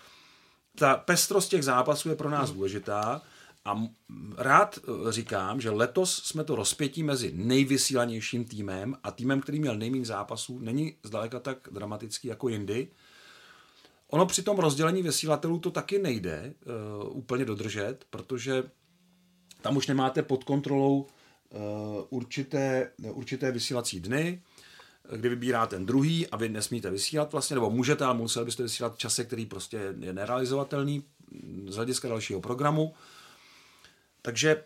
Ta pestrost těch zápasů je pro nás důležitá, a rád říkám, že letos jsme to rozpětí mezi nejvysílanějším týmem a týmem, který měl nejméně zápasů, není zdaleka tak dramatický jako jindy. Ono při tom rozdělení vysílatelů to taky nejde úplně dodržet, protože tam už nemáte pod kontrolou určité vysílací dny, kdy vybírá ten druhý a vy nesmíte vysílat vlastně, nebo můžete, ale museli byste vysílat v čase, který prostě je nerealizovatelný z hlediska dalšího programu. Takže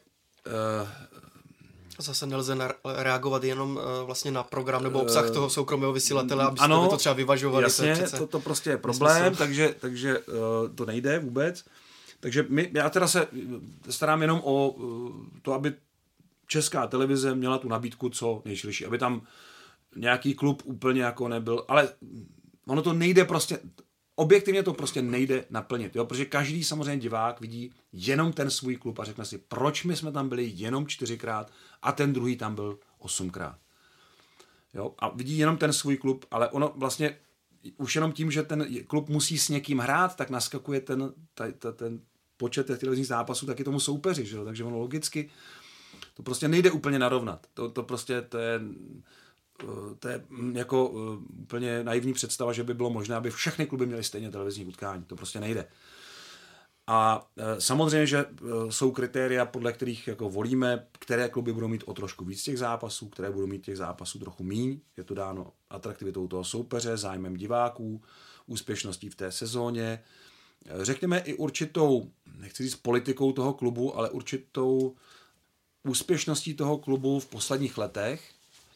zase nelze reagovat jenom vlastně na program nebo obsah toho soukromého vysílatele, abyste to třeba vyvažovali. Jasně, to prostě je problém, takže to nejde vůbec. Takže já teda se starám jenom o to, aby Česká televize měla tu nabídku co nejširší, aby tam nějaký klub úplně jako nebyl, ale ono to nejde prostě, objektivně to prostě nejde naplnit, jo? Protože každý samozřejmě divák vidí jenom ten svůj klub a řekne si, proč my jsme tam byli jenom 4krát a ten druhý tam byl 8krát. Jo? A vidí jenom ten svůj klub, ale ono vlastně už jenom tím, že ten klub musí s někým hrát, tak naskakuje ten počet těch televizních zápasů taky tomu soupeři, že jo? Takže ono logicky to prostě nejde úplně narovnat. To je jako úplně naivní představa, že by bylo možné, aby všechny kluby měly stejně televizní utkání. To prostě nejde. A samozřejmě, že jsou kritéria, podle kterých jako volíme, které kluby budou mít o trošku víc těch zápasů, které budou mít těch zápasů trochu míň. Je to dáno atraktivitou toho soupeře, zájmem diváků, úspěšností v té sezóně. Řekněme i určitou, nechci říct politikou toho klubu, ale určitou úspěšností toho klubu v posledních letech,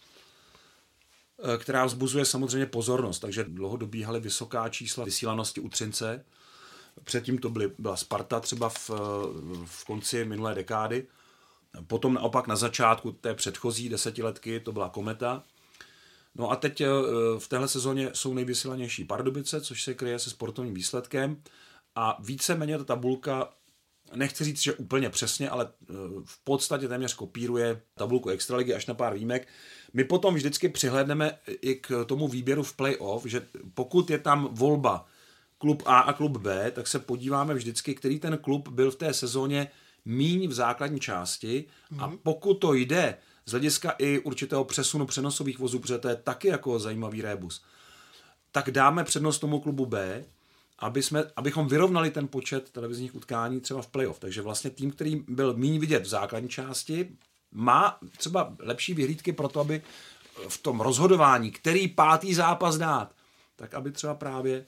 která vzbuzuje samozřejmě pozornost. Takže dlouho dobíhaly vysoká čísla vysílanosti u Třince. Předtím to byla Sparta třeba v konci minulé dekády. Potom naopak na začátku té předchozí desetiletky to byla Kometa. No a teď v téhle sezóně jsou nejvysílanější Pardubice, což se kryje se sportovním výsledkem. A víceméně ta tabulka, nechci říct, že úplně přesně, ale v podstatě téměř kopíruje tabulku Extraligy až na pár výjimek. My potom vždycky přihlédneme i k tomu výběru v play-off, že pokud je tam volba klub A a klub B, tak se podíváme vždycky, který ten klub byl v té sezóně míň v základní části a pokud to jde z hlediska i určitého přesunu přenosových vozů, protože to je taky jako zajímavý rébus, tak dáme přednost tomu klubu B abychom vyrovnali ten počet televizních utkání třeba v playoff. Takže vlastně tým, který byl méně vidět v základní části, má třeba lepší vyhlídky pro to, aby v tom rozhodování, který pátý zápas dát, tak aby třeba právě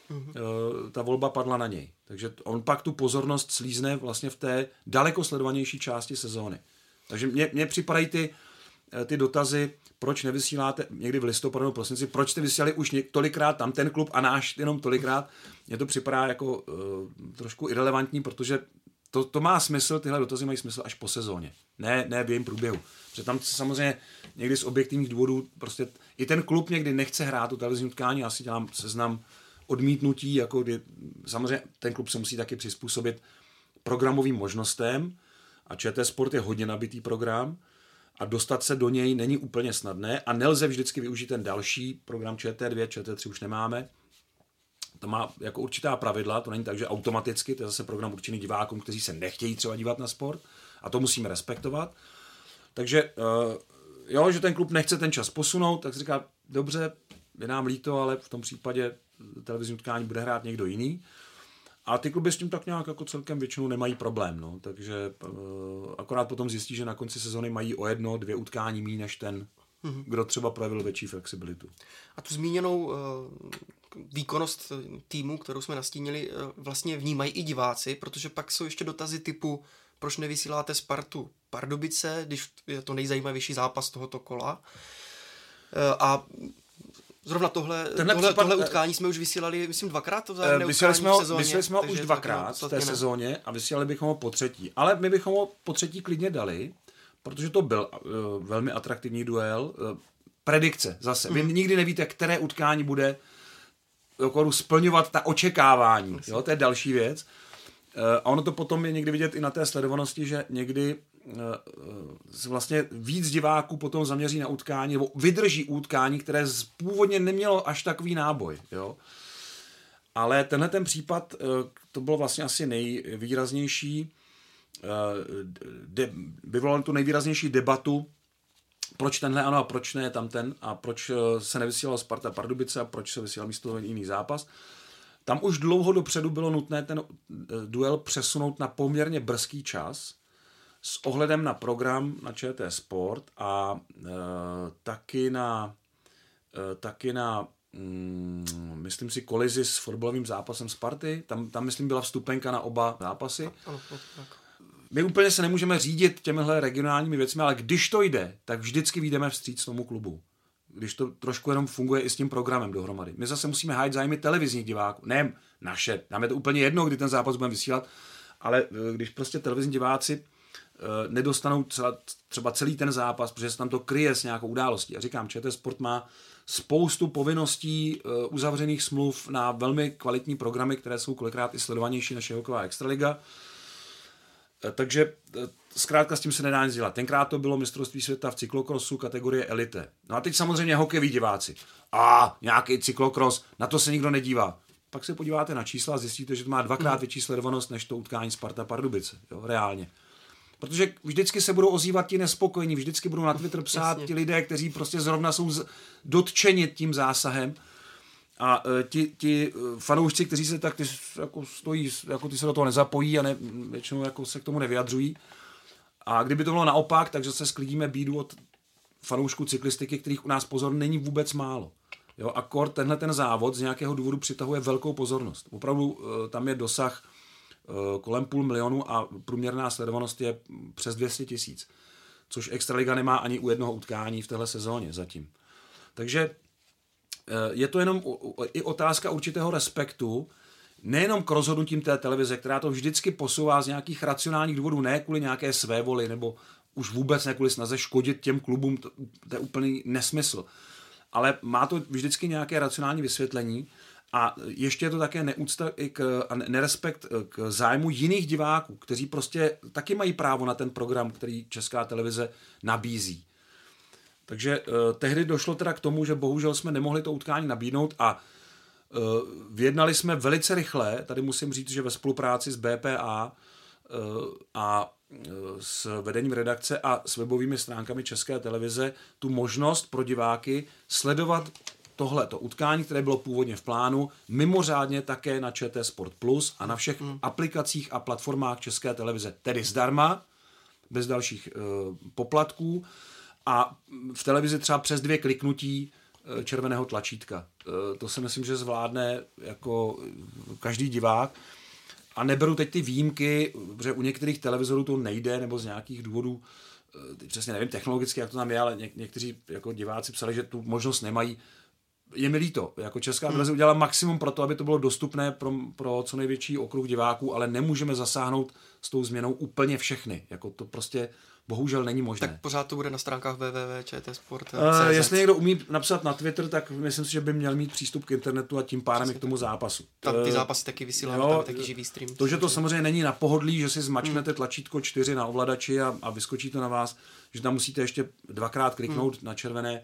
ta volba padla na něj. Takže on pak tu pozornost slízne vlastně v té daleko sledovanější části sezóny. Takže mně připadají ty dotazy, proč nevysíláte někdy v listopadu nebo prosinci, proč jste vysílali už tolikrát tam ten klub a náš jenom tolikrát. Mně to připadá jako trošku irelevantní, protože to má smysl, tyhle dotazy mají smysl až po sezóně. Ne v jejím průběhu. Protože tam samozřejmě někdy z objektivních důvodů prostě i ten klub někdy nechce hrát tu televizní utkání, já si dělám seznam odmítnutí, jako kdy, samozřejmě ten klub se musí taky přizpůsobit programovým možnostem a ČT Sport je hodně nabitý program a dostat se do něj není úplně snadné a nelze vždycky využít ten další program ČT2, ČT3 už nemáme. To má jako určitá pravidla, to není tak, že automaticky, to je zase program určený divákům, kteří se nechtějí třeba dívat na sport a to musíme respektovat. Takže jo, že ten klub nechce ten čas posunout, tak si říká, dobře, je nám líto, ale v tom případě televizní utkání bude hrát někdo jiný. A ty kluby s tím tak nějak jako celkem většinou nemají problém. No. Takže akorát potom zjistí, že na konci sezony mají o 1-2 utkání méně než ten, kdo třeba projevil větší flexibilitu. A tu zmíněnou výkonnost týmu, kterou jsme nastínili, vlastně vnímají i diváci, protože pak jsou ještě dotazy typu, proč nevysíláte Spartu Pardubice, když je to nejzajímavější zápas tohoto kola. A zrovna tohle utkání jsme už vysílali, myslím, dvakrát to vzájemné utkání v sezóně. Vysílali jsme ho už dvakrát v té sezóně a vysílali bychom ho po třetí. Ale my bychom ho po třetí klidně dali, protože to byl velmi atraktivní duel. Predikce zase. Vy nikdy nevíte, které utkání bude splňovat ta očekávání. Jo? To je další věc. A ono to potom je někdy vidět i na té sledovanosti, že někdy vlastně víc diváků potom zaměří na utkání nebo vydrží utkání, které původně nemělo až takový náboj. Jo? Ale tenhle ten případ, to bylo vlastně asi nejvýraznější, vyvolalo tu nejvýraznější debatu, proč tenhle ano a proč ne tamten a proč se nevysílalo Sparta Pardubice a proč se vysílal místo toho jiný zápas. Tam už dlouho dopředu bylo nutné ten duel přesunout na poměrně brzký čas s ohledem na program na ČT Sport a taky na myslím si kolizi s fotbalovým zápasem Sparty. Tam myslím byla vstupenka na oba zápasy. My úplně se nemůžeme řídit těmihle regionálními věcmi, ale když to jde, tak vždycky vyjdeme vstříc tomu klubu. Když to trošku jenom funguje i s tím programem dohromady. My zase musíme hájit zájmy televizních diváků. Ne naše, nám je to úplně jedno, kdy ten zápas budeme vysílat, ale když prostě televizní diváci nedostanou třeba celý ten zápas, protože se tam to kryje s nějakou událostí. A říkám, ČT Sport má spoustu povinností uzavřených smluv na velmi kvalitní programy, které jsou kolikrát i sledovanější než hokejová extraliga. Takže zkrátka s tím se nedá nic dělat. Tenkrát to bylo mistrovství světa v cyklokrosu kategorie elite. No a teď samozřejmě hokejoví diváci. Nějaký cyklokros, na to se nikdo nedívá. Pak se podíváte na čísla a zjistíte, že to má dvakrát větší sledovanost než to utkání Sparta Pardubice. Jo, reálně. Protože vždycky se budou ozývat ti nespokojení, vždycky budou na Twitter psát ti lidé, kteří prostě zrovna jsou dotčeni tím zásahem. A ti fanoušci, kteří se tak jako stojí, jako ty se do toho nezapojí a většinou jako se k tomu nevyjadřují. A kdyby to bylo naopak, takže se sklidíme bídu od fanoušků cyklistiky, kterých u nás pozor není vůbec málo. Jo, a tenhle ten závod z nějakého důvodu přitahuje velkou pozornost. Opravdu tam je dosah kolem 500 000 a průměrná sledovanost je přes 200 000, což Extraliga nemá ani u jednoho utkání v téhle sezóně zatím. Takže je to jenom i otázka určitého respektu, nejenom k rozhodnutím té televize, která to vždycky posouvá z nějakých racionálních důvodů, ne kvůli nějaké svévoli, nebo už vůbec ne kvůli snaze škodit těm klubům, to je úplný nesmysl. Ale má to vždycky nějaké racionální vysvětlení a ještě je to také neúcta a nerespekt k zájmu jiných diváků, kteří prostě taky mají právo na ten program, který Česká televize nabízí. Takže tehdy došlo teda k tomu, že bohužel jsme nemohli to utkání nabídnout a vyjednali jsme velice rychle, tady musím říct, že ve spolupráci s BPA a s vedením redakce a s webovými stránkami České televize tu možnost pro diváky sledovat tohleto utkání, které bylo původně v plánu, mimořádně také na ČT Sport Plus a na všech aplikacích a platformách České televize, tedy zdarma, bez dalších poplatků a v televizi třeba přes 2 kliknutí červeného tlačítka. To si myslím, že zvládne jako každý divák. A neberu teď ty výjimky, protože u některých televizorů to nejde, nebo z nějakých důvodů, přesně nevím technologicky, jak to tam je, ale někteří jako diváci psali, že tu možnost nemají. Je mi líto. Jako Česká televize udělala maximum pro to, aby to bylo dostupné pro co největší okruh diváků, ale nemůžeme zasáhnout s tou změnou úplně všechny. Jako to prostě bohužel není možné. Tak pořád to bude na stránkách www.čtsport.cz. Jestli někdo umí napsat na Twitter, tak myslím si, že by měl mít přístup k internetu a tím pádem i k tomu zápasu. Tam ty zápasy taky vysílají, tam taky živý stream. To, že to samozřejmě není na pohodlí, že si zmačknete tlačítko 4 na ovladači a vyskočí to na vás, že tam musíte ještě 2krát kliknout na červené.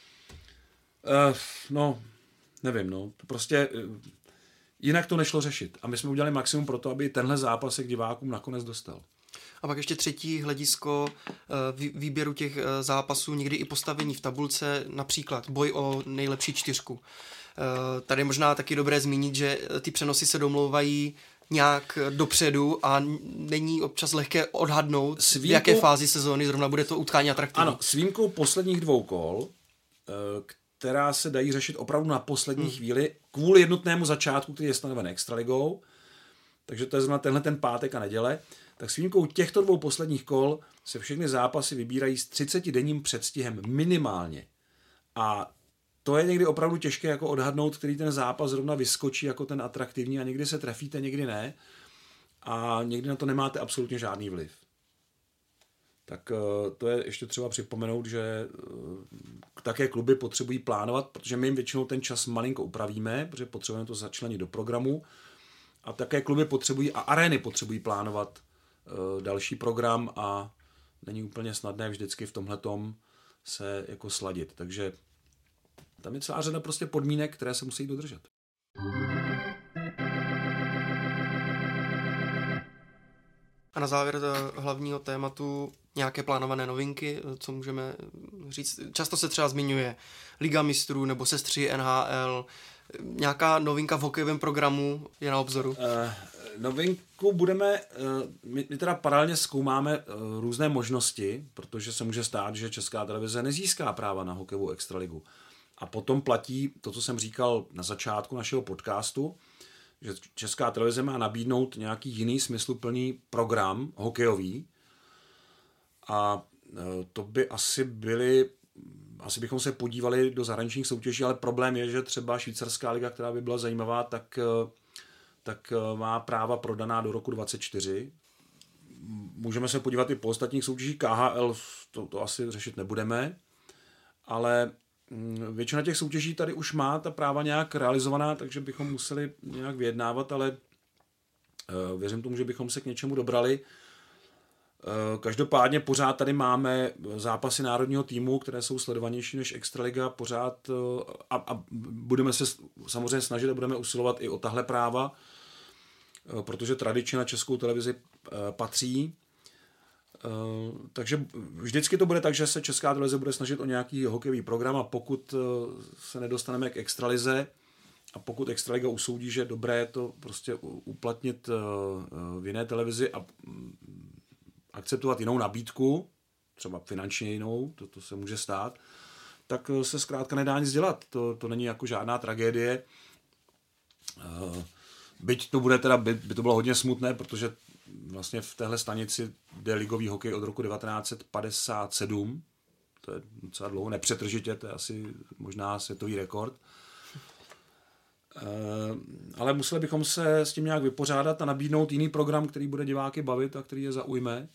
Nevím, to prostě jinak to nešlo řešit. A my jsme udělali maximum pro to, aby tenhle zápas se k divákům nakonec dostal. A pak ještě třetí hledisko výběru těch zápasů, někdy i postavení v tabulce, například boj o nejlepší 4. Tady je možná taky dobré zmínit, že ty přenosy se domlouvají nějak dopředu a není občas lehké odhadnout, v jaké fázi sezóny zrovna bude to utkání atraktivní. Ano, s výjimkou posledních 2 kol, která se dají řešit opravdu na poslední chvíli, kvůli jednotnému začátku, který je stanoven extraligou, takže to je zrovna tenhle ten pátek a neděle, tak s výjimkou těchto 2 posledních kol se všechny zápasy vybírají s 30denním předstihem minimálně. A to je někdy opravdu těžké jako odhadnout, který ten zápas zrovna vyskočí jako ten atraktivní a někdy se trefíte, někdy ne. A někdy na to nemáte absolutně žádný vliv. Tak to je ještě třeba připomenout, že také kluby potřebují plánovat, protože my jim většinou ten čas malinko upravíme, protože potřebujeme to začlenit do programu. A také kluby potřebují a arény potřebují plánovat další program a není úplně snadné vždycky v tomhletom se jako sladit. Takže tam je celá řada prostě podmínek, které se musí dodržet. A na závěr hlavního tématu nějaké plánované novinky, co můžeme říct. Často se třeba zmiňuje Liga mistrů nebo sestři NHL. Nějaká novinka v hokejovém programu je na obzoru? Novinku budeme, my teda paralelně zkoumáme různé možnosti, protože se může stát, že Česká televize nezíská práva na hokejovou extraligu. A potom platí to, co jsem říkal na začátku našeho podcastu, že Česká televize má nabídnout nějaký jiný smysluplný program hokejový a to by asi bychom se podívali do zahraničních soutěží, ale problém je, že třeba švýcarská liga, která by byla zajímavá, tak má práva prodaná do roku 2024. Můžeme se podívat i po ostatních soutěžích. KHL to asi řešit nebudeme, ale většina těch soutěží tady už má ta práva nějak realizovaná, takže bychom museli nějak vyjednávat, ale věřím tomu, že bychom se k něčemu dobrali. Každopádně pořád tady máme zápasy národního týmu, které jsou sledovanější než extraliga pořád a budeme se samozřejmě snažit a budeme usilovat i o tahle práva, protože tradičně na Českou televizi patří. Takže vždycky to bude tak, že se Česká televize bude snažit o nějaký hokejový program a pokud se nedostaneme k extralize a pokud extraliga usoudí, že dobré je to prostě uplatnit v jiné televizi a akceptovat jinou nabídku, třeba finančně jinou, to se může stát, tak se zkrátka nedá nic dělat. To není jako žádná tragédie. Byť to bude teda, by to bylo hodně smutné, protože vlastně v téhle stanici jde ligový hokej od roku 1957. To je docela dlouho, nepřetržitě, to je asi možná světový rekord. Ale museli bychom se s tím nějak vypořádat a nabídnout jiný program, který bude diváky bavit a který je zaujme.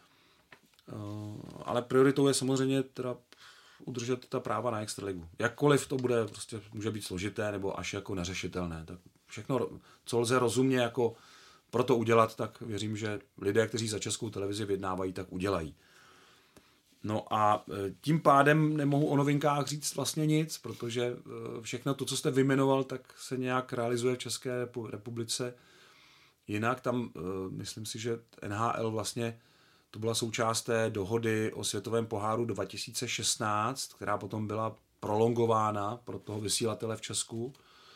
Ale prioritou je samozřejmě teda udržet ta práva na extraligu. Jakkoliv to bude, prostě může být složité nebo až jako neřešitelné. Tak všechno, co lze rozumně jako pro to udělat, tak věřím, že lidé, kteří za Českou televizi vyjednávají, tak udělají. No a tím pádem nemohu o novinkách říct vlastně nic, protože všechno to, co jste vyjmenoval, tak se nějak realizuje v České republice. Jinak tam, myslím si, že NHL vlastně to byla součást té dohody o světovém poháru 2016, která potom byla prolongována pro toho vysílatele v Česku,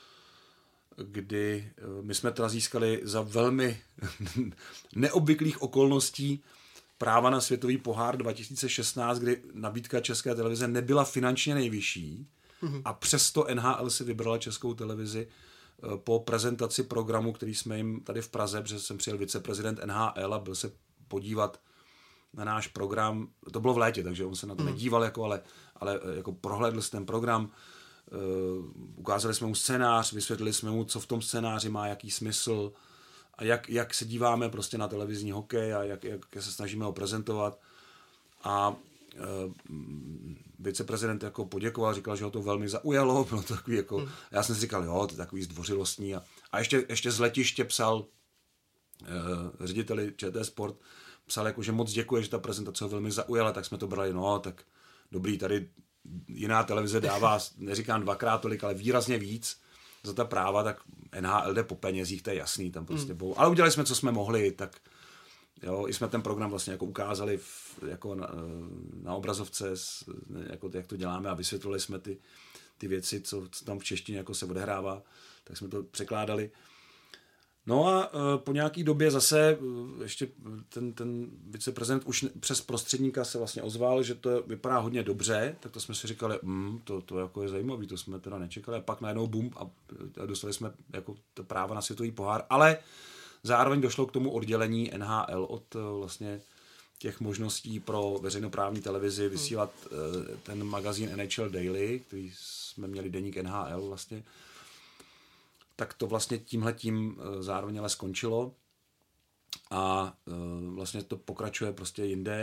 kdy my jsme teda získali za velmi neobvyklých okolností práva na světový pohár 2016, kdy nabídka České televize nebyla finančně nejvyšší a přesto NHL si vybrala Českou televizi po prezentaci programu, který jsme jim tady v Praze, protože jsem přijel viceprezident NHL a byl se podívat na náš program. To bylo v létě, takže on se na to nedíval, ale jako prohlédl si ten program, ukázali jsme mu scénář, vysvětlili jsme mu, co v tom scénáři má, jaký smysl a jak se díváme prostě na televizní hokej a jak se snažíme ho prezentovat. A viceprezident jako poděkoval, říkal, že ho to velmi zaujalo, bylo to takový jako, já jsem si říkal, jo, to je takový zdvořilostní a ještě z letiště psal řediteli ČT Sport, psal jako, že moc děkuje, že ta prezentace ho velmi zaujala, tak jsme to brali, no, tak dobrý, tady jiná televize dává, neříkám dvakrát tolik, ale výrazně víc za ta práva, tak NHL jde po penězích, to je jasný, tam prostě budou. Ale udělali jsme, co jsme mohli, tak jo, i jsme ten program vlastně jako ukázali jako na obrazovce, jako jak to děláme a vysvětlili jsme ty věci, co tam v češtině jako se odehrává, tak jsme to překládali. No a po nějaký době zase ještě ten viceprezident už přes prostředníka se vlastně ozval, že to vypadá hodně dobře, tak to jsme si říkali, to jako je zajímavý, to jsme teda nečekali a pak najednou bum a dostali jsme jako to práva na světový pohár, ale zároveň došlo k tomu oddělení NHL od vlastně těch možností pro veřejnoprávní televizi vysílat ten magazín NHL Daily, který jsme měli deník NHL vlastně, tak to vlastně tímhletím zároveň ale skončilo a vlastně to pokračuje prostě jinde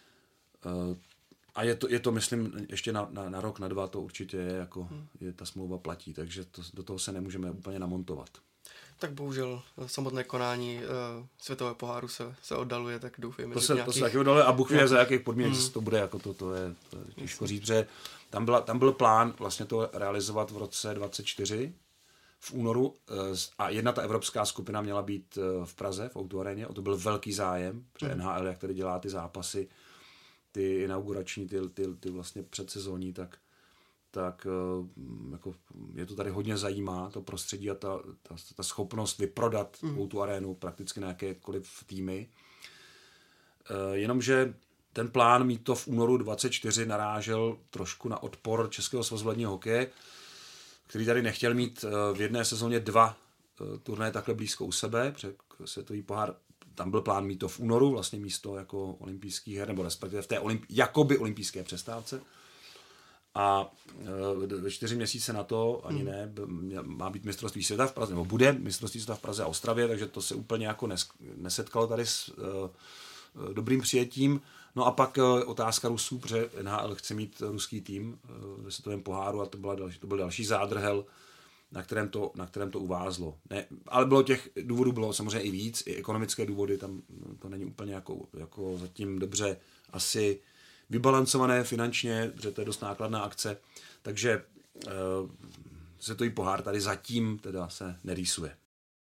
a je to myslím, ještě na rok, na dva to určitě je, jako je ta smlouva platí, takže do toho se nemůžeme úplně namontovat. Tak bohužel samotné konání světového poháru se oddaluje, tak doufejme, To že se taky oddaluje a Bůh ví, za jakých podmínek to bude, jako to je těžko říct, protože tam byl plán vlastně to realizovat v roce 2024 v únoru a jedna ta evropská skupina měla být v Praze, v O2 aréně, o to byl velký zájem, protože NHL, jak tady dělá ty zápasy, ty inaugurační, ty vlastně předsezónní, tak jako je to tady hodně zajímá, to prostředí a ta schopnost vyprodat O2 arénu prakticky na jakékoliv týmy. Jenomže ten plán mít to v únoru 2024 narážel trošku na odpor Českého svazu ledního hokeje, který tady nechtěl mít v jedné sezóně 2 turnaje takhle blízko u sebe, protože světový pohár, tam byl plán mít to v únoru, vlastně místo jako olympijských her, nebo respektive v té jakoby olympijské přestávce. A ve 4 měsíce na to, ani ne, má být mistrovství světa v Praze, nebo bude mistrovství světa v Praze a Ostravě, takže to se úplně jako nesetkalo tady s dobrým přijetím. No a pak otázka Rusů, protože NHL chce mít ruský tým ve světovém poháru a to byl další zádrhel, na kterém to uvázlo. Ne, ale těch důvodů bylo samozřejmě i víc, i ekonomické důvody, tam to není úplně jako zatím dobře asi vybalancované finančně, protože to je dost nákladná akce, takže světový pohár tady zatím teda se nerýsuje.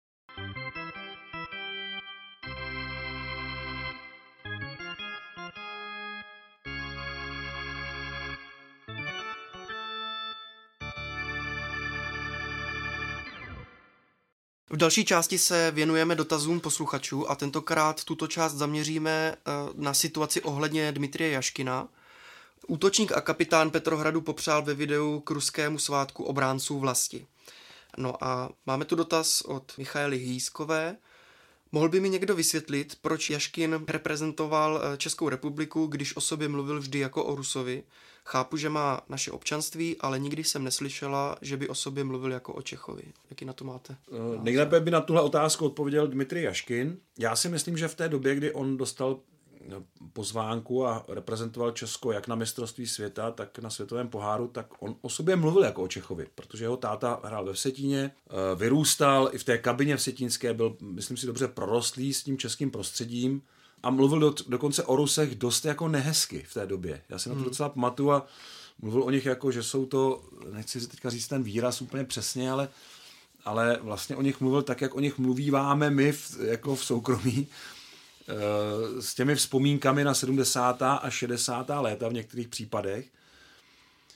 V další části se věnujeme dotazům posluchačů a tentokrát tuto část zaměříme na situaci ohledně Dmitrije Jaškina. Útočník a kapitán Petrohradu popřál ve videu k ruskému svátku obránců vlasti. No a máme tu dotaz od Michaely Hýskové. Mohl by mi někdo vysvětlit, proč Jaškin reprezentoval Českou republiku, když o sobě mluvil vždy jako o Rusovi? Chápu, že má naše občanství, ale nikdy jsem neslyšela, že by o sobě mluvil jako o Čechovi. Jaký na to máte? Nejlépe by na tuhle otázku odpověděl Dmitrij Jaškin. Já si myslím, že v té době, kdy on dostal pozvánku a reprezentoval Česko jak na mistrovství světa, tak na světovém poháru, tak on o sobě mluvil jako o Čechovi, protože jeho táta hrál ve Vsetíně, vyrůstal i v té kabině vsetínské, byl, myslím si, dobře prorostlý s tím českým prostředím a mluvil dokonce o Rusech dost jako nehezky v té době. Já si na to docela pamatuju a mluvil o nich jako, že jsou to, nechci si teďka říct ten výraz úplně přesně, ale vlastně o nich mluvil tak, jak o nich mluvíváme my jako v soukromí, s těmi vzpomínkami na 70. a 60. léta v některých případech.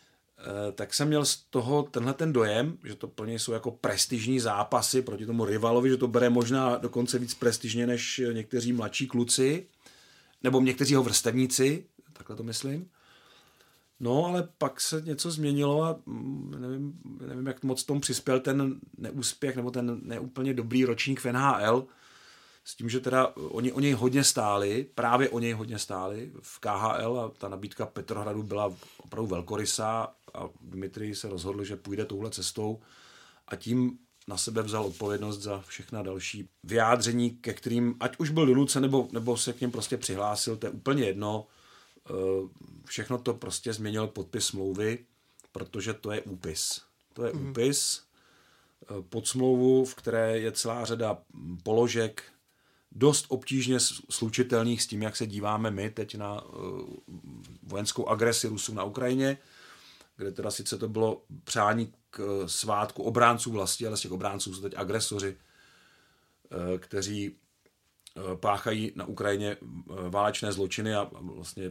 tak jsem měl z toho tenhle ten dojem, že to pro něj jsou jako prestižní zápasy proti tomu rivalovi, že to bere možná dokonce víc prestižně než někteří mladší kluci, nebo někteří jeho vrstevníci, takhle to myslím. No, ale pak se něco změnilo a nevím, jak moc tomu přispěl ten neúspěch nebo ten neúplně dobrý ročník v NHL, s tím, že teda oni o něj hodně stáli, právě o něj hodně stáli v KHL a ta nabídka Petrohradu byla opravdu velkorysá a Dmitrij se rozhodl, že půjde touhle cestou a tím na sebe vzal odpovědnost za všechna další vyjádření, ke kterým ať už byl donucen nebo se k něm prostě přihlásil, to je úplně jedno. Všechno to prostě změnil podpis smlouvy, protože to je úpis. To je úpis pod smlouvu, v které je celá řada položek, dost obtížně slučitelných s tím, jak se díváme my teď na vojenskou agresi Rusů na Ukrajině, kde teda sice to bylo přání k svátku obránců vlasti, ale z těch obránců jsou teď agresoři, kteří páchají na Ukrajině válečné zločiny a vlastně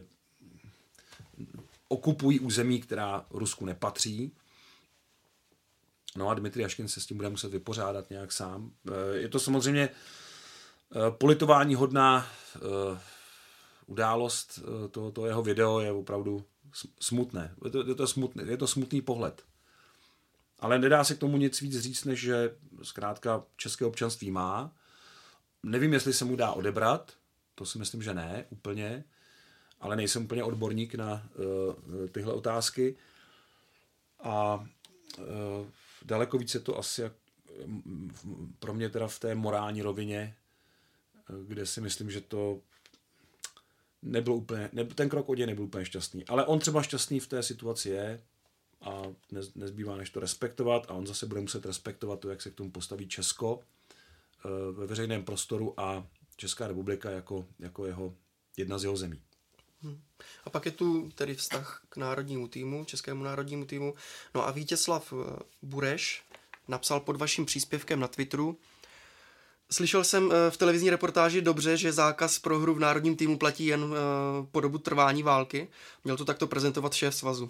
okupují území, která Rusku nepatří. No a Dmitrij Jaškin se s tím bude muset vypořádat nějak sám. Je to samozřejmě politování hodná událost, to jeho video je opravdu smutné. Je to smutný pohled. Ale nedá se k tomu nic víc říct, než že zkrátka české občanství má. Nevím, jestli se mu dá odebrat, to si myslím, že ne úplně, ale nejsem úplně odborník na tyhle otázky. A daleko více to asi pro mě teda v té morální rovině, kde si myslím, že to nebylo úplně, ten krok od něj nebyl úplně šťastný. Ale on třeba šťastný v té situaci je a nezbývá než to respektovat a on zase bude muset respektovat to, jak se k tomu postaví Česko ve veřejném prostoru a Česká republika jako jedna z jeho zemí. A pak je tu tedy vztah k národnímu týmu, českému národnímu týmu. No a Vítězslav Bureš napsal pod vaším příspěvkem na Twitteru: Slyšel jsem v televizní reportáži dobře, že zákaz pro hru v národním týmu platí jen po dobu trvání války. Měl to takto prezentovat šéf svazu?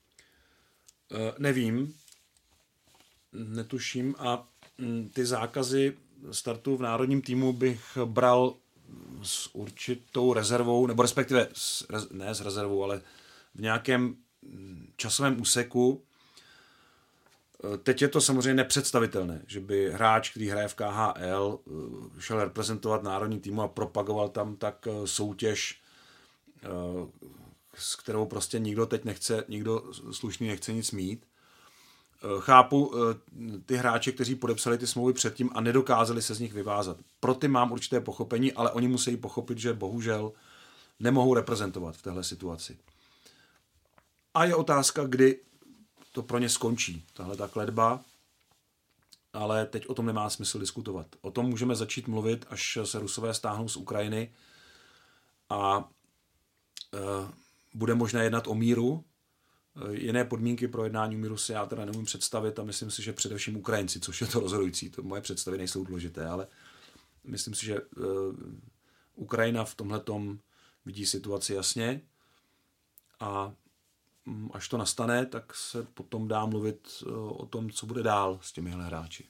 Nevím, netuším a ty zákazy startu v národním týmu bych bral s určitou rezervou, nebo respektive ne s rezervou, ale v nějakém časovém úseku. Teď je to samozřejmě nepředstavitelné, že by hráč, který hraje v KHL, šel reprezentovat národní týmu a propagoval tam tak soutěž, s kterou prostě nikdo slušný nechce nic mít. Chápu ty hráče, kteří podepsali ty smlouvy předtím a nedokázali se z nich vyvázat. Pro ty mám určité pochopení, ale oni musí pochopit, že bohužel nemohou reprezentovat v téhle situaci. A je otázka, kdy to pro ně skončí, tahle ta kletba, ale teď o tom nemá smysl diskutovat. O tom můžeme začít mluvit, až se Rusové stáhnou z Ukrajiny a bude možné jednat o míru. Jiné podmínky pro jednání o míru si já teda nemůžu představit a myslím si, že především Ukrajinci, což je to rozhodující. To moje představy nejsou důležité, ale myslím si, že Ukrajina v tomhletom vidí situaci jasně a až to nastane, tak se potom dá mluvit o tom, co bude dál s těmihle hráči.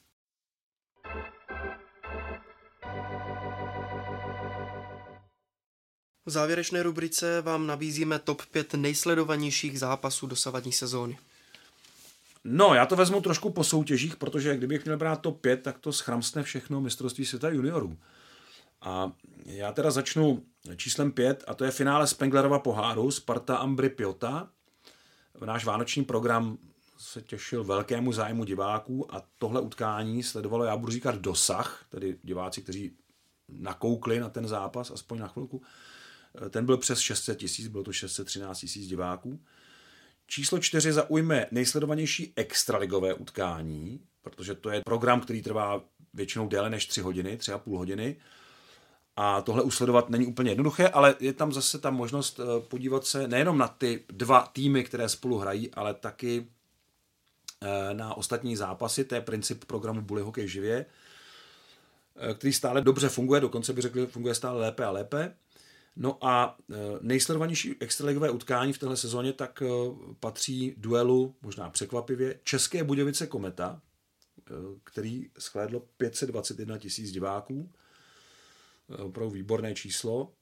V závěrečné rubrice vám nabízíme top 5 nejsledovanějších zápasů dosavadní sezóny. No, já to vezmu trošku po soutěžích, protože kdybych měl brát top 5, tak to schramstne všechno mistrovství světa juniorů. A já teda začnu číslem 5 a to je finále Spenglerova poháru Sparta Ambri Pjota. Náš vánoční program se těšil velkému zájmu diváků a tohle utkání sledovalo, já budu říkat dosah, tedy diváci, kteří nakoukli na ten zápas, aspoň na chvilku. Ten byl přes 600 000, bylo to 613 000 diváků. Číslo 4 zaujme nejsledovanější extraligové utkání, protože to je program, který trvá většinou déle než 3 hodiny, 3,5 hodiny. A tohle usledovat není úplně jednoduché, ale je tam zase ta možnost podívat se nejenom na ty 2 týmy, které spolu hrají, ale taky na ostatní zápasy. To je princip programu Bully Hokej živě, který stále dobře funguje, dokonce bych řekl, funguje stále lépe a lépe. No a nejsledovanější extraligové utkání v téhle sezóně tak patří duelu, možná překvapivě, České Budějovice Kometa, který shlédlo 521 000 diváků. Opravdu výborné číslo.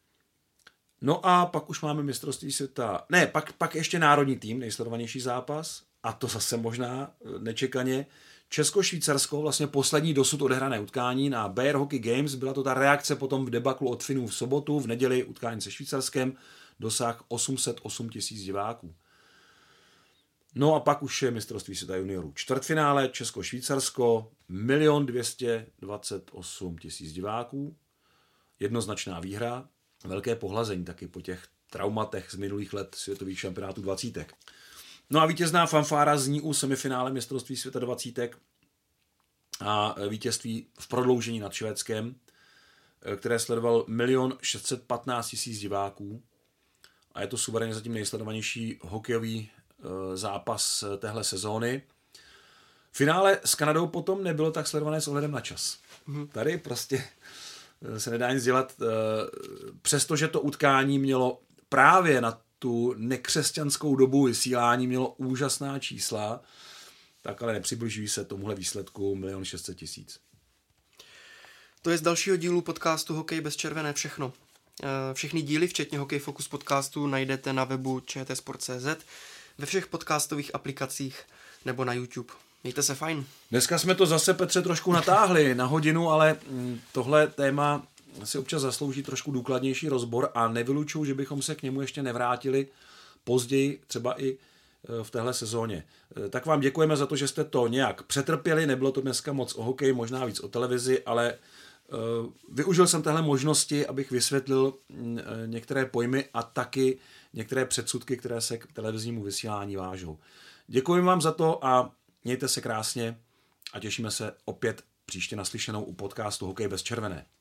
No a pak už máme mistrovství světa. Ne, pak ještě národní tým, nejsledovanější zápas. A to zase možná nečekaně. Česko-Švýcarsko, vlastně poslední dosud odehrané utkání na Bayer Hockey Games. Byla to ta reakce potom v debaklu od Finů v sobotu, v neděli utkání se Švýcarskem. Dosah 808 000 diváků. No a pak už je mistrovství světa juniorů. Čtvrtfinále Česko-Švýcarsko, 1 228 000 diváků. Jednoznačná výhra. Velké pohlazení taky po těch traumatech z minulých let světových šampionátů 20. No a vítězná fanfára zní u semifinále mistrovství světa 20. a vítězství v prodloužení nad Švédskem, které sledoval 1 615 000 diváků. A je to suverénně zatím nejsledovanější hokejový zápas téhle sezóny. Finále s Kanadou potom nebylo tak sledované s ohledem na čas. Tady prostě se nedá nic dělat, přestože to utkání mělo právě na tu nekřesťanskou dobu vysílání mělo úžasná čísla, tak ale nepřibližují se tomuhle výsledku 1 600 000. To je z dalšího dílu podcastu Hokej bez červené všechno. Všechny díly, včetně Hokej Focus podcastu, najdete na webu čtsport.cz, ve všech podcastových aplikacích nebo na YouTube. Mějte se fajn. Dneska jsme to zase, Petře, trošku natáhli na hodinu, ale tohle téma si občas zaslouží trošku důkladnější rozbor a nevylučuju, že bychom se k němu ještě nevrátili později, třeba i v téhle sezóně. Tak vám děkujeme za to, že jste to nějak přetrpěli, nebylo to dneska moc o hokeji, možná víc o televizi, ale využil jsem téhle možnosti, abych vysvětlil některé pojmy a taky některé předsudky, které se k televiznímu vysílání vážou. Děkujeme vám za to a mějte se krásně a těšíme se opět příště naslyšenou u podcastu Hokej bez červené.